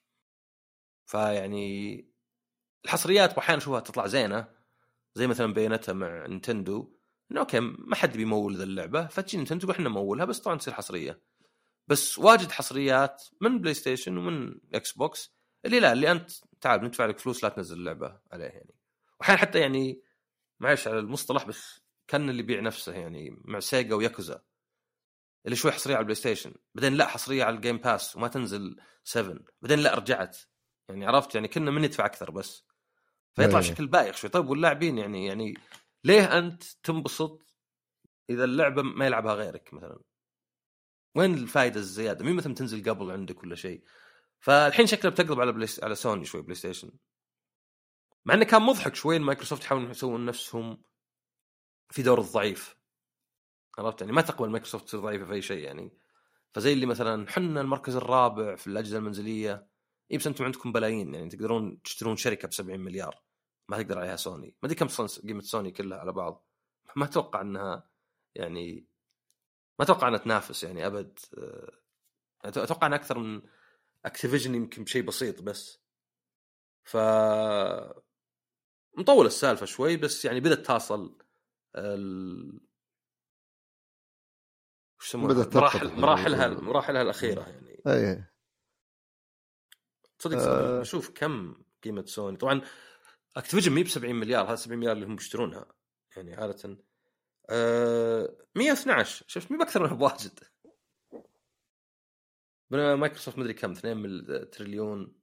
فيعني الحصريات احيانا اشوفها تطلع زينه، زي مثلا بينتها مع نينتندو انه اوكي ما حد بيمول ذا اللعبه، فتجي نينتندو تقول احنا نمولها، بس طبعا تصير حصريه. بس واجد حصريات من بلاي ستيشن ومن اكس بوكس اللي لا، اللي انت تعال ندفع لك فلوس لا تنزل اللعبه عليه يعني. واحيانا حتى يعني معلش على المصطلح بس كان اللي يبيع نفسه يعني مع سيجا وياكوزا، اللي شوي حصريه على البلاي ستيشن بعدين لا حصريه على الجيم باس وما تنزل سبعة بعدين لا رجعت، يعني عرفت يعني كنا من يدفع اكثر بس، فيطلع شكل بايخ شوي. طيب واللاعبين يعني يعني ليه انت تنبسط اذا اللعبه ما يلعبها غيرك مثلا؟ وين الفائده الزياده؟ مين مثلا تنزل قبل عندك ولا شيء؟ فالحين شكله بتقلب على بلاي على سوني شوي بلاي ستيشن، مع انه كان مضحك شوي مايكروسوفت يحاولون يسوون نفسهم في دور الضعيف، عرفت يعني ما تقبل مايكروسوفت تصير ضعيفه في اي شيء يعني. فزي اللي مثلا حنا المركز الرابع في الاجهزه المنزليه، اي بس انتم عندكم بلايين يعني تقدرون تشترون شركه ب سبعين مليار ما تقدر عليها سوني. ما ادري كم قيمه سوني كلها على بعض، ما اتوقع انها يعني ما اتوقع انها تنافس يعني ابد. اتوقع انها اكثر من اكتيفيجن يمكن بشيء بسيط بس. ف مطول السالفه شوي، بس يعني بدات تصل ال... يسمونها مراحل مراحلها مراحلها الأخيرة يعني. اي تصدق أه... شوف كم قيمة سوني. طبعا اكتيفيجن مي بسبعين مليار، هذا سبعين مليار اللي هم يشترونها يعني عادة. أه... مية واثناشر شفت مي بأكثر منها بواجد. مايكروسوفت مدري كم اثنين تريليون.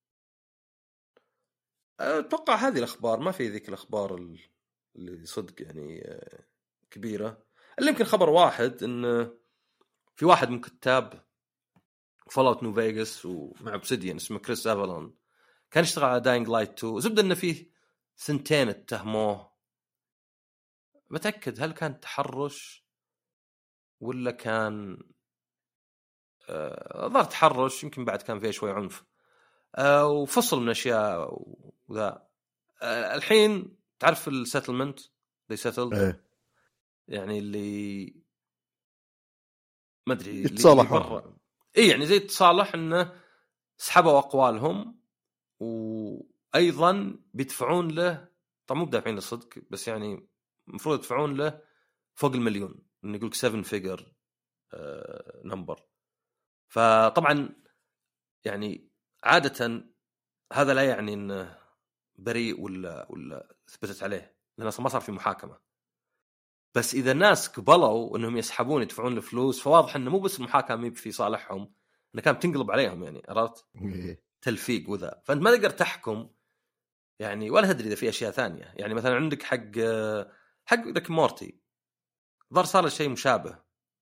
اتوقع هذه الاخبار، ما في ذيك الاخبار اللي صدق يعني كبيره. اللي يمكن خبر واحد ان في واحد من كتاب فولوت نيو فيغاس ومع اوبسيديان اسمه كريس افالون كان يشتغل على داينج لايت تو. زبده انه فيه سنتين اتهموه، متاكد هل كان تحرش ولا كان ظهر تحرش، يمكن بعد كان فيه شوي عنف وفصل من اشياء وذا. الحين تعرف السيتلمنت اللي سيتلد ايه. يعني اللي ما ادري يتصالحوا اي يعني زي تصالح انه سحبوا اقوالهم وايضا بيدفعون له. طبعا مو بدافعين للصدق بس يعني المفروض يدفعون له فوق المليون، انه يقولك سفن فيجر نمبر. فطبعا يعني عاده هذا لا يعني انه بريء ولا ولا ثبتت عليه، لأن أصلا ما صار في محاكمة. بس إذا الناس قبلوا إنهم يسحبون يدفعون الفلوس فواضح إنه مو بس المحاكمة في صالحهم، إنه كان تنقلب عليهم يعني، عرفت؟ تلفيق وذا. فأنت ما تقدر تحكم يعني، ولا تدري إذا في أشياء ثانية. يعني مثلا عندك حق حق ريك مورتي ظهر صار شيء مشابه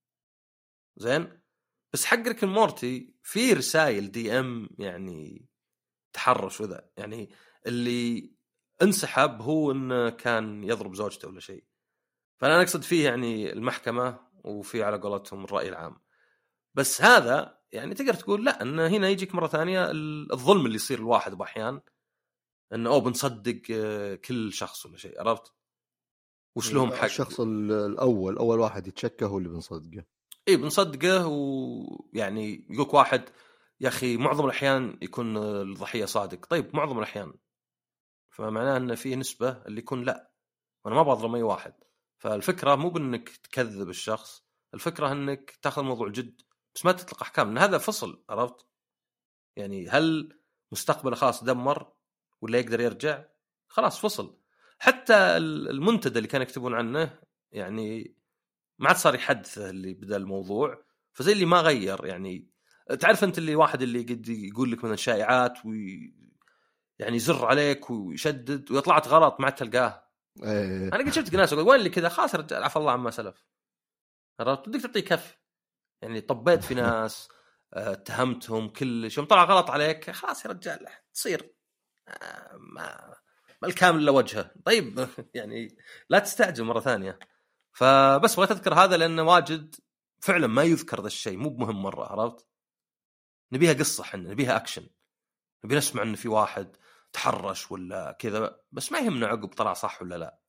زين، بس حق ريك مورتي في رسائل دي ام يعني تحرش وذا. يعني اللي انسحب هو انه كان يضرب زوجته ولا شيء. فانا اقصد فيه يعني المحكمه وفي على قولتهم الراي العام. بس هذا يعني تقدر تقول لا، انه هنا يجيك مره ثانيه الظلم اللي يصير الواحد باحيان، انه او بنصدق كل شخص ولا شيء، عرفت وش لهم حق. الشخص الاول اول واحد يتشكى هو اللي بنصدقه. اي بنصدقه. ويعني يقولك واحد يا اخي معظم الاحيان يكون الضحيه صادق. طيب معظم الاحيان فمعناه ان في نسبه اللي يكون لا، وانا ما بظلم اي واحد. فالفكره مو بانك تكذب الشخص، الفكره انك تاخذ الموضوع جد بس ما تطلق احكام، ان هذا فصل، عرفت يعني. هل مستقبله خلاص دمر ولا يقدر يرجع؟ خلاص فصل. حتى المنتدى اللي كانوا يكتبون عنه يعني ما عاد صار يحدثه اللي بدا الموضوع. فزي اللي ما غير يعني. تعرف انت اللي واحد اللي قد يقول لك من الشائعات وي يعني يزر عليك ويشدد ويطلعت غلط ما تلقاه. أيه. انا قد شفت ناس يقول وين اللي كذا، خلاص رجال عفى الله عما سلف، عرفت بدك تعطيه كف يعني. طبيت في ناس اتهمتهم كل شيء طلع غلط عليك، خلاص يا رجال تصير ما ما الكامل الا وجهه. طيب يعني لا تستعجل مره ثانيه. فبس بغيت اذكر هذا لانه واجد فعلا ما يذكر ذا الشيء، مو بمهم مره، عرفت. نبيها قصه، حنا نبيها اكشن، نبي نسمع انه في واحد تحرش ولا كذا، بس ما يهمنا عقب طلع صح ولا لا.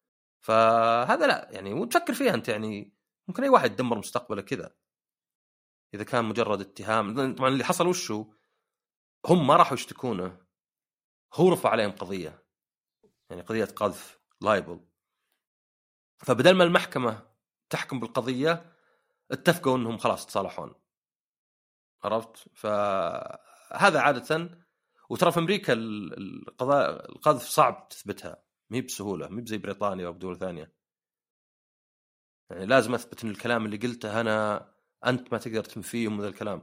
فهذا لا يعني، وتفكر فيها انت يعني ممكن اي واحد يدمر مستقبله كذا اذا كان مجرد اتهام. طبعا اللي حصل وشو، هم ما راحوا يشتكونه، هو رفع عليهم قضيه يعني قضيه قذف لايبل. فبدل ما المحكمه تحكم بالقضيه اتفقوا انهم خلاص تصالحون، عرفت. فهذا عاده. وترى في امريكا القضاء القذف صعب تثبتها، مي بسهوله، مي بزي بريطانيا او بدول ثانيه. يعني لازم اثبت ان الكلام اللي قلته انا انت ما تقدر تنفيه من ذا الكلام.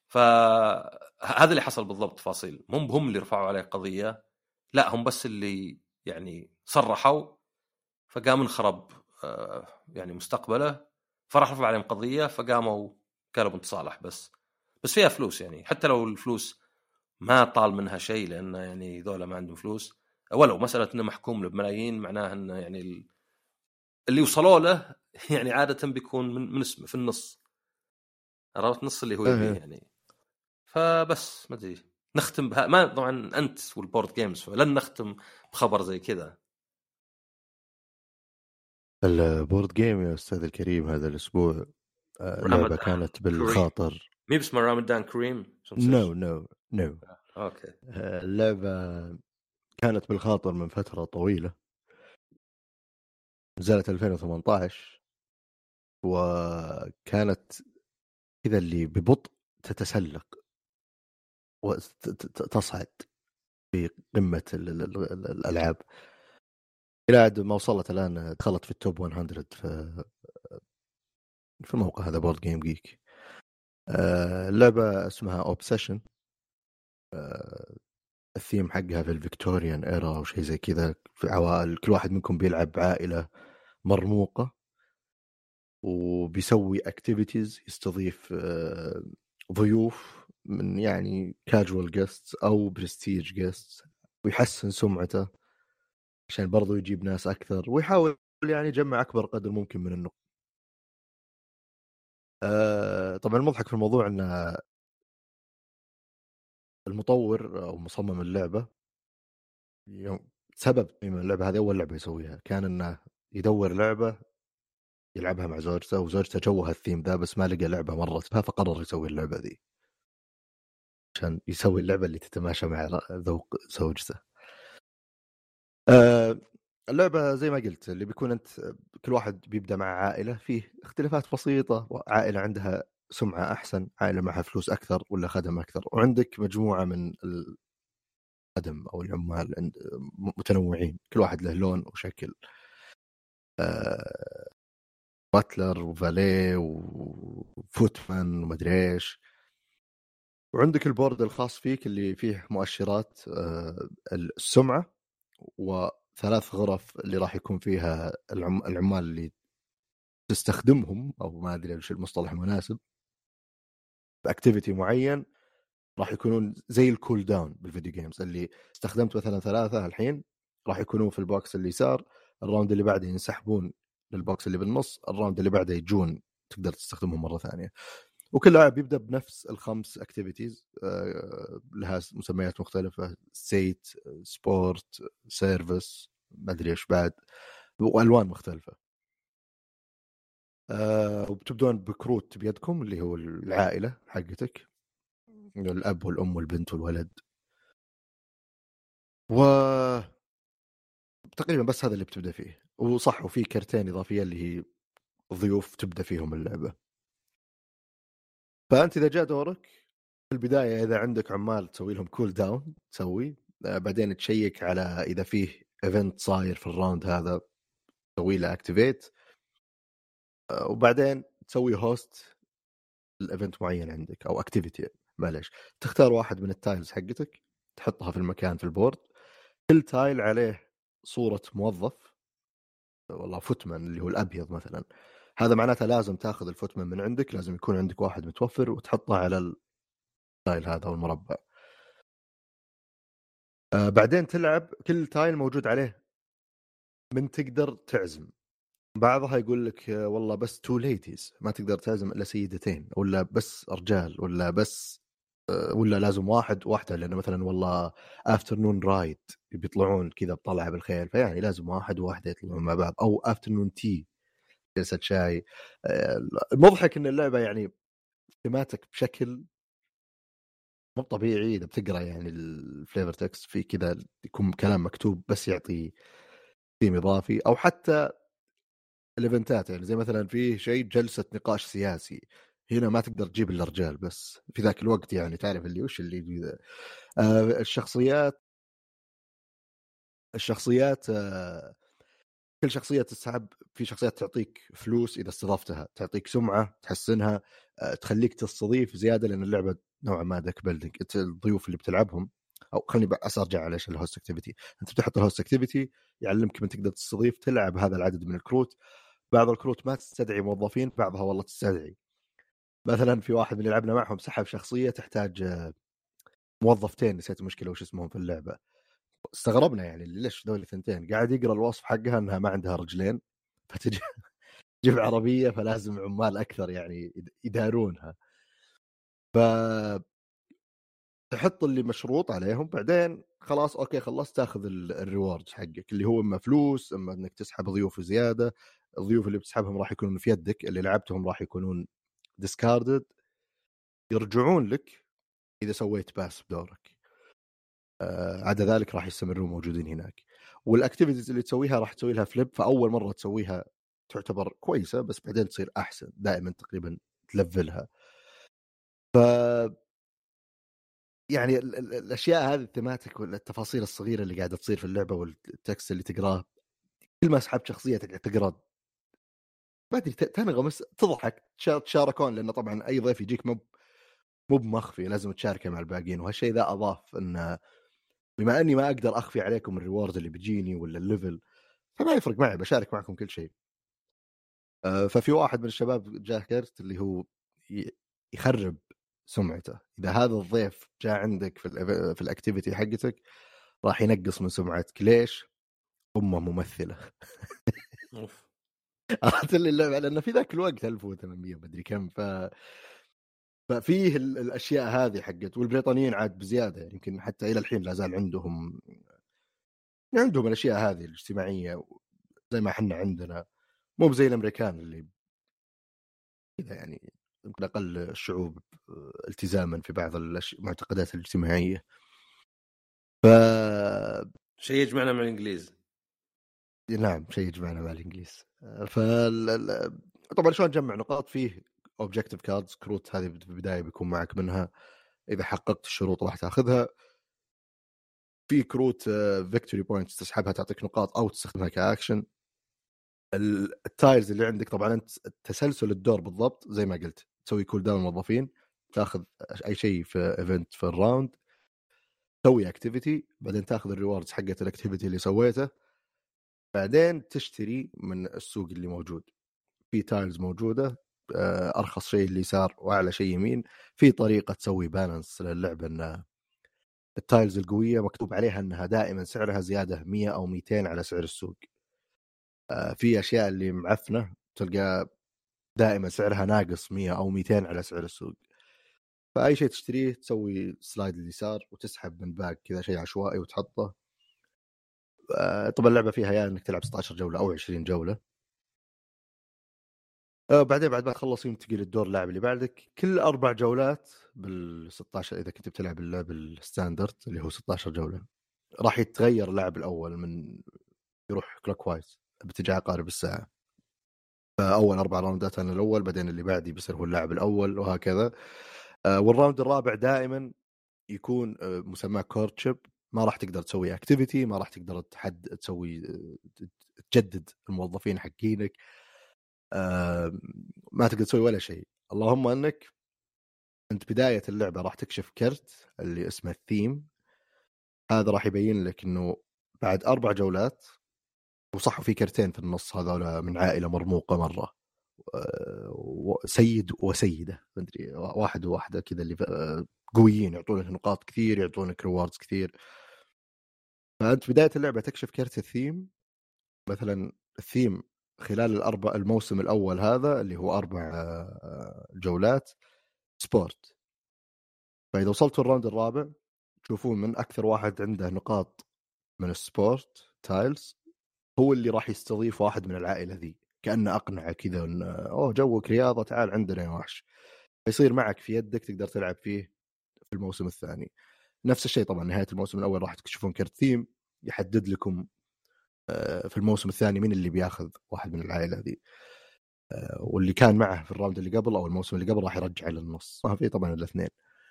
فهذا اللي حصل بالضبط. تفاصيل مو هم اللي رفعوا عليه قضيه، لا هم بس اللي يعني صرحوا، فقام انخرب يعني مستقبله، فراح رفع عليهم قضيه، فقاموا قالوا بنتصالح. بس بس فيها فلوس يعني، حتى لو الفلوس ما طال منها شيء لانه يعني ذولا ما عندهم فلوس، ولو مساله انه محكوم له بملايين معناه انه يعني اللي وصلوا له يعني عاده بيكون من من اسمه في النص، عرفت، نص اللي هو يبيه يعني. فبس ما ادري نختم بها. ما طبعا انت والبورد جيمز فلن نختم بخبر زي كذا. البورد جيم يا استاذ الكريم هذا الاسبوع لعبه كانت بالخاطر. مي باسم رمضان كريم. نو نو نو اوكي. اللعبه كانت بالخاطر من فتره طويله، نزلت ألفين وثمانية عشر وكانت كذا اللي ببطء تتسلق وتصعد في قمة الألعاب إلى عد ما وصلت الآن، دخلت في التوب مية في في الموقع هذا بورد جيم جيك. اللعبة اسمها أوبسيشن، الثيم حقها في الفيكتوريان إيرا أو شيء زي كذا، في عوائل كل واحد منكم بيلعب عائلة مرموقة وبيسوي اكتيفيتيز، يستضيف ضيوف من يعني كاجوال جيست او برستيج جيست، ويحسن سمعته عشان برضو يجيب ناس اكثر، ويحاول يعني يجمع اكبر قدر ممكن من النقط. آه طبعا المضحك في الموضوع ان المطور او مصمم اللعبه يوم سبب تصميم اللعبه هذه اول لعبه يسويها كان انه يدور لعبه يلعبها مع زوجته، وزوجته جوها الثيم ذا بس ما لقى لعبه مرت بها، فقرر يسوي اللعبه ذي عشان يسوي اللعبة اللي تتماشى مع ذوق زوجته. آه اللعبة زي ما قلت اللي بيكون أنت كل واحد بيبدأ مع عائلة فيه اختلافات بسيطة، عائلة عندها سمعة أحسن، عائلة معها فلوس أكثر ولا خدم أكثر، وعندك مجموعة من الخدم أو العمال عند متنوعين، كل واحد له لون وشكل، آه باتلر وفاليه وفوتمان ومدري إيش. وعندك البورد الخاص فيك اللي فيه مؤشرات السمعة، وثلاث غرف اللي راح يكون فيها العم... العمال اللي تستخدمهم أو ما أدري وش المصطلح المناسب بأكتيفيتي معين، راح يكونون زي الكول داون بالفيديو جيمز، اللي استخدمت مثلا ثلاثة الحين راح يكونون في البوكس اللي يسار، الراوند اللي بعده ينسحبون للبوكس اللي بالنص، الراوند اللي بعده يجون تقدر تستخدمهم مرة ثانية. وكل لاعب يبدأ بنفس الخمس اكتيفيتيز لها مسميات مختلفة، سيت، سبورت، سيرفيس، ما أدري إيش بعد، وألوان مختلفة. أه وبتبدون بكروت بيدكم اللي هو العائلة حقتك، الأب والأم والبنت والولد، و تقريبا بس هذا اللي بتبدأ فيه. وصح وفي كرتين إضافية اللي هي ضيوف تبدأ فيهم اللعبة. فأنت إذا جاء دورك في البداية إذا عندك عمال تسوي لهم كول داون تسوي، بعدين تشيك على إذا فيه إيفنت صاير في الراوند هذا تسوي له أكتيفيت، وبعدين تسوي هوست الإيفنت معين عندك أو أكتيفيتي، معلش تختار واحد من التايلز حقتك تحطها في المكان في البورد، كل تايل عليه صورة موظف، والله فوتمان اللي هو الأبيض مثلا، هذا معناته لازم تاخذ الفوتمان من عندك، لازم يكون عندك واحد متوفر وتحطه على التايل هذا أو المربع. آه بعدين تلعب كل تايل موجود عليه من تقدر تعزم، بعضها يقول لك والله بس تو ليديز ما تقدر تعزم الا سيدتين، ولا بس رجال، ولا بس ولا لازم واحد واحده، لانه مثلا والله افترنون رايد بيطلعون كذا بطلعه بالخيل، فيعني لازم واحد وواحده يطلعون مع بعض، او افترنون تي جلسه شاي. المضحك ان اللعبه يعني ثماتك بشكل مو طبيعي، اذا بتقرا يعني الفليفر تكست في كذا يكون كلام مكتوب بس يعطي ثيم اضافي، او حتى الايفنتات يعني زي مثلا في شيء جلسه نقاش سياسي، هنا ما تقدر تجيب الا رجال بس في ذاك الوقت، يعني تعرف اللي وش اللي آه الشخصيات الشخصيات آه كل شخصيه تسحب، في شخصيات تعطيك فلوس اذا استضفتها، تعطيك سمعه تحسنها، آه تخليك تستضيف زياده، لان اللعبه نوعا ما دك بيلدينج، الضيوف اللي بتلعبهم، او خليني بس ارجع على ايش الهوست اكتيفيتي، انت بتحط الهوست اكتيفيتي يعلمك من تقدر تستضيف، تلعب هذا العدد من الكروت، بعض الكروت ما تستدعي موظفين، بعضها والله تستدعي. مثلا في واحد من اللي لعبنا معهم سحب شخصيه تحتاج موظفتين، نسيت المشكله وش اسمهم في اللعبه، استغربنا يعني ليش ذول الثنتين، قاعد يقرا الوصف حقها انها ما عندها رجلين فتجي تجيب عربيه فلازم عمال اكثر يعني يدارونها، ف تحط اللي مشروط عليهم، بعدين خلاص اوكي خلصت تاخذ الريورد حقك اللي هو اما فلوس اما انك تسحب ضيوف زياده، الضيوف اللي بتسحبهم راح يكونون في يدك، اللي لعبتهم راح يكونون ديسكاردد يرجعون لك اذا سويت باس بدورك، آه عدا ذلك راح يستمرون موجودين هناك. والاكتيفيتيز اللي تسويها راح تسوي لها فليب، فاول مره تسويها تعتبر كويسه بس بعدين تصير احسن دائما تقريبا تلفلها. ف يعني ال- ال- الاشياء هذه الثيماتيك والتفاصيل الصغيره اللي قاعده تصير في اللعبه والتكست اللي تقراه كل ما سحبت شخصيتك تقرا ما ادري ت- تنغمس تضحك تشا- تشاركون لانه طبعا اي ضيف يجيك مو مو بمخفي لازم تشاركه مع الباقيين. وهالشيء ذا اضاف ان بما اني ما اقدر اخفي عليكم الريورد اللي بيجيني ولا الليفل فما يفرق معي بشارك معكم كل شيء. آه، ففي واحد من الشباب جاء كرت اللي هو ي- يخرب سمعته. اذا هذا الضيف جاء عندك في ال في الاكتيفيتي حقتك راح ينقص من سمعتك. ليش؟ امه ممثله. اوف. عرفت اللي اللعبه لانه في ذاك الوقت ألف وثمانمية مدري كم. ف ففيه ال- الاشياء هذه حقت والبريطانيين عاد بزياده يعني يمكن حتى الى الحين لا زال عندهم عندهم الاشياء هذه الاجتماعيه زي ما احنا عندنا مو بزي الامريكان اللي كذا يعني يمكن اقل الشعوب التزاما في بعض المعتقدات الاجتماعيه. ف شيء يجمعنا مع الانجليز. نعم شيء يجمعنا مع الانجليز. ف طبعا شلون نجمع نقاط فيه اوبجكتيف كاردز كروت هذه في البدايه بيكون معك منها اذا حققت الشروط راح تاخذها. في كروت فيكتوري بوينتس تسحبها تعطيك نقاط او تستخدمها كاكشن. التايلز اللي عندك طبعا انت تسلسل الدور بالضبط زي ما قلت تسوي كول داون موظفين تاخذ اي شيء في ايفنت في الراوند تسوي اكتيفيتي بعدين تاخذ الريوردز حقت الاكتيفيتي اللي سويته بعدين تشتري من السوق اللي موجود. في تايلز موجوده ارخص شيء اللي يسار واعلى شيء يمين. في طريقه تسوي بالانس للعبه ان التايلز القويه مكتوب عليها انها دائما سعرها زياده مية او ميتين على سعر السوق. في اشياء اللي معفنه تلقى دائما سعرها ناقص مية او ميتين على سعر السوق. فاي شيء تشتريه تسوي سلايد اليسار وتسحب من باك كذا شيء عشوائي وتحطه. طبعا اللعبه فيها يا يعني انك تلعب ستة عشر جوله او عشرين جوله. بعدين بعد ما تخلص ينتقل للدور اللاعب اللي بعدك كل اربع جولات بال ستة عشر اذا كنت بتلعب اللعب الستاندرد اللي هو ستة عشر جوله راح يتغير اللاعب الاول من يروح كلوك وايز باتجاه عقارب الساعه. فاول اربع راوندات انا الاول بعدين اللي بعدي بيصير هو اللاعب الاول وهكذا. والراوند الرابع دائما يكون مسمى كورتشيب ما راح تقدر تسوي اكتيفيتي ما راح تقدر تحد تسوي تجدد الموظفين حقينك ما تقدر تسوي ولا شيء. اللهم انك انت بدايه اللعبه راح تكشف كرت اللي اسمه الثيم. هذا راح يبين لك انه بعد اربع جولات وصح في كرتين في النص هذول من عائله مرموقه مره سيد وسيده مدري واحد وواحده كذا اللي قويين يعطونك نقاط كثير يعطونك ريواردز كثير. فانت بدايه اللعبه تكشف كرت الثيم مثلا الثيم خلال الاربع الموسم الاول هذا اللي هو اربع جولات سبورت. فاذا وصلتوا الراوند الرابع تشوفون من اكثر واحد عنده نقاط من السبورت تايلز هو اللي راح يستضيف واحد من العائله ذي كانه اقنعه كذا ان اوه جوك رياضه تعال عندنا يا وحش. يصير معك في يدك تقدر تلعب فيه في الموسم الثاني. نفس الشيء طبعا نهايه الموسم الاول راح تكتشفون كرت ثيم يحدد لكم في الموسم الثاني مين اللي بياخذ واحد من العائله ذي واللي كان معه في الراوند اللي قبل او الموسم اللي قبل راح يرجع للنص. ما في طبعا الاثنين.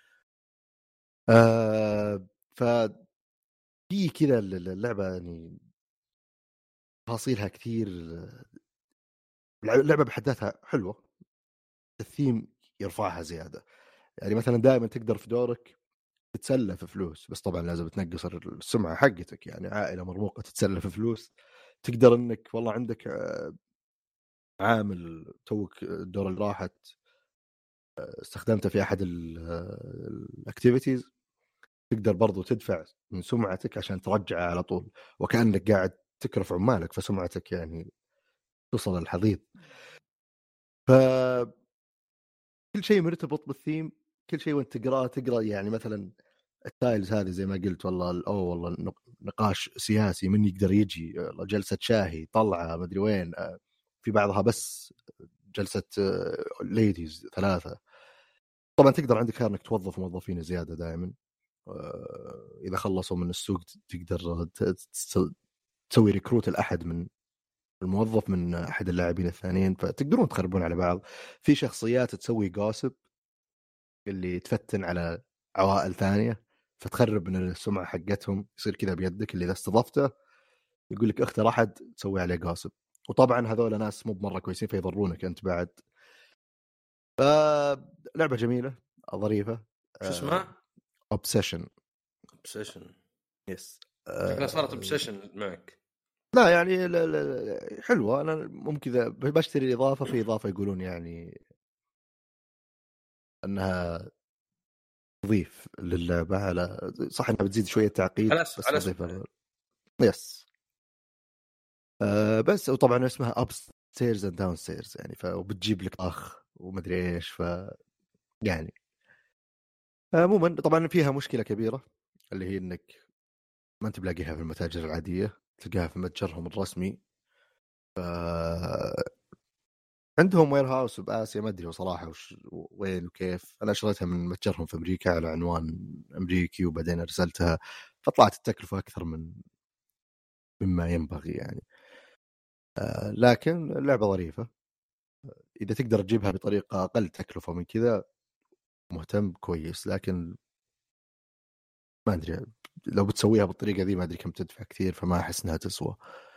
آه ف في كذا اللعبه يعني تفاصيلها كثير. اللعبه بحد ذاتها حلوه الثيم يرفعها زياده. يعني مثلا دائما تقدر في دورك تتسلى في فلوس بس طبعا لازم تنقص السمعه حقتك. يعني عائله مرموقه تتسلى في فلوس تقدر انك والله عندك عامل توك الدور اللي راحت استخدمته في احد الاكتيفيتيز تقدر برضو تدفع من سمعتك عشان ترجعه على طول وكأنك قاعد تكرف عمالك فسمعتك يعني تصل الحضيض. ف كل شيء مرتبط بالثيم كل شيء وانت تقراه تقرا يعني مثلا التايلز هذه زي ما قلت والله او والله نقاش سياسي من يقدر يجي جلسه شاهي طلعه ما ادري وين في بعضها بس جلسه ليديز ثلاثه. طبعا تقدر عندك خيار انك توظف موظفين زياده دائما اذا خلصوا من السوق تقدر تسوي ريكروت الاحد من الموظف من احد اللاعبين الثانيين، فتقدرون تخربون على بعض. في شخصيات تسوي جوسب اللي تفتن على عوائل ثانيه فتخرب من السمعه حقتهم، يصير كذا بيدك اللي اذا استضفته يقول لك اختر احد تسوي عليه جوسب، وطبعا هذول ناس مو بمره كويسين فيضرونك انت بعد. فلعبه جميله ظريفه. شو اسمها؟ اوبسيشن. اوبسيشن. يس. شكلها صارت اوبسيشن معك. لا يعني لا لا حلوه. انا ممكن اذا بشتري الاضافه في اضافه يقولون يعني انها تضيف للعبه، على صح انها بتزيد شويه تعقيد على بس على تضيف. يس. آه بس وطبعا اسمها اب ستيرز اند داون ستيرز يعني، فبتجيب لك اخ ومدري ايش. ف يعني عموما طبعا فيها مشكله كبيره اللي هي انك ما انت بلاقيها في المتاجر العاديه، تلقاها في متجرهم الرسمي. ف عندهم وير هاوس بآسيا، ما ادري صراحه وش وين وكيف. انا شريتها من متجرهم في امريكا على عنوان امريكي، وبعدين ارسلتها فطلعت التكلفه اكثر من مما ينبغي يعني. آه لكن اللعبه ظريفه، اذا تقدر تجيبها بطريقه اقل تكلفه من كذا مهتم كويس. لكن ما ادري لو بتسويها بالطريقه ذي ما ادري كم تدفع كثير، فما احس انها تسوى.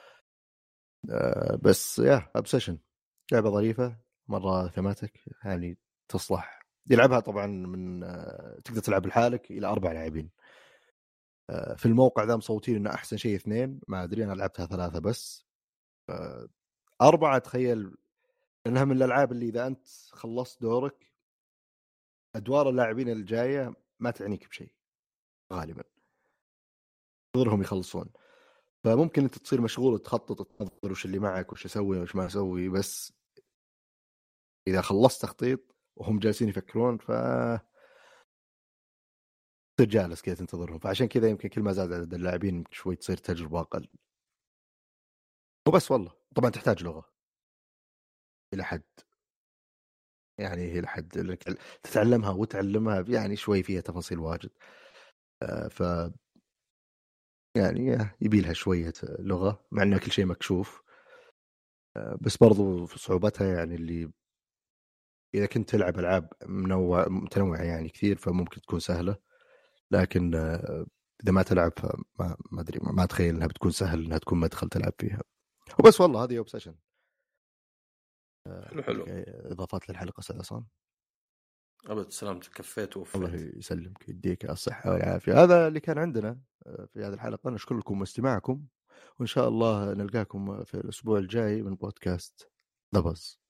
آه بس يا ابسيشن لعبه ظريفه مره ثماتك يعني، تصلح يلعبها طبعا من آه تقدر تلعب لحالك الى اربع لاعبين. آه في الموقع ذا مصوتين انه احسن شيء اثنين، ما ادري انا لعبتها ثلاثه بس. آه اربعه تخيل، انها من الالعاب اللي اذا انت خلصت دورك ادوار اللاعبين الجايه ما تعنيك بشيء غالبا، تنتظرهم يخلصون. فممكن انت تصير مشغول تخطط تنظر وش اللي معك وش اسوي وش ما اسوي، بس اذا خلصت تخطيط وهم جالسين يفكرون ف تصير جالس كذا تنتظرهم. فعشان كذا يمكن كل ما زاد عدد اللاعبين شوي تصير تجربه اقل. وبس والله طبعا تحتاج لغه الى حد يعني، هي لحد انك تتعلمها وتعلمها يعني شوي فيها تفاصيل واجد. ف يعني يبي لها شويه لغه مع انه كل شيء مكشوف. بس برضو في صعوبتها يعني اللي إذا كنت تلعب ألعاب منوع متنوعة يعني كثير فممكن تكون سهلة، لكن إذا ما تلعب ما ما أدري ما أتخيل إنها بتكون سهل إنها تكون مدخل تلعب فيها. وبس والله هذه أوبسيشن. حلو حلو. إضافات للحلقة أستاذ عصام؟ أبد سلامتك، كفيت ووفيت. الله يسلمك يديك الصحة والعافية. هذا اللي كان عندنا في هذه الحلقة. نشكر لكم واستماعكم، وإن شاء الله نلقاكم في الأسبوع الجاي من بودكاست ذا بز.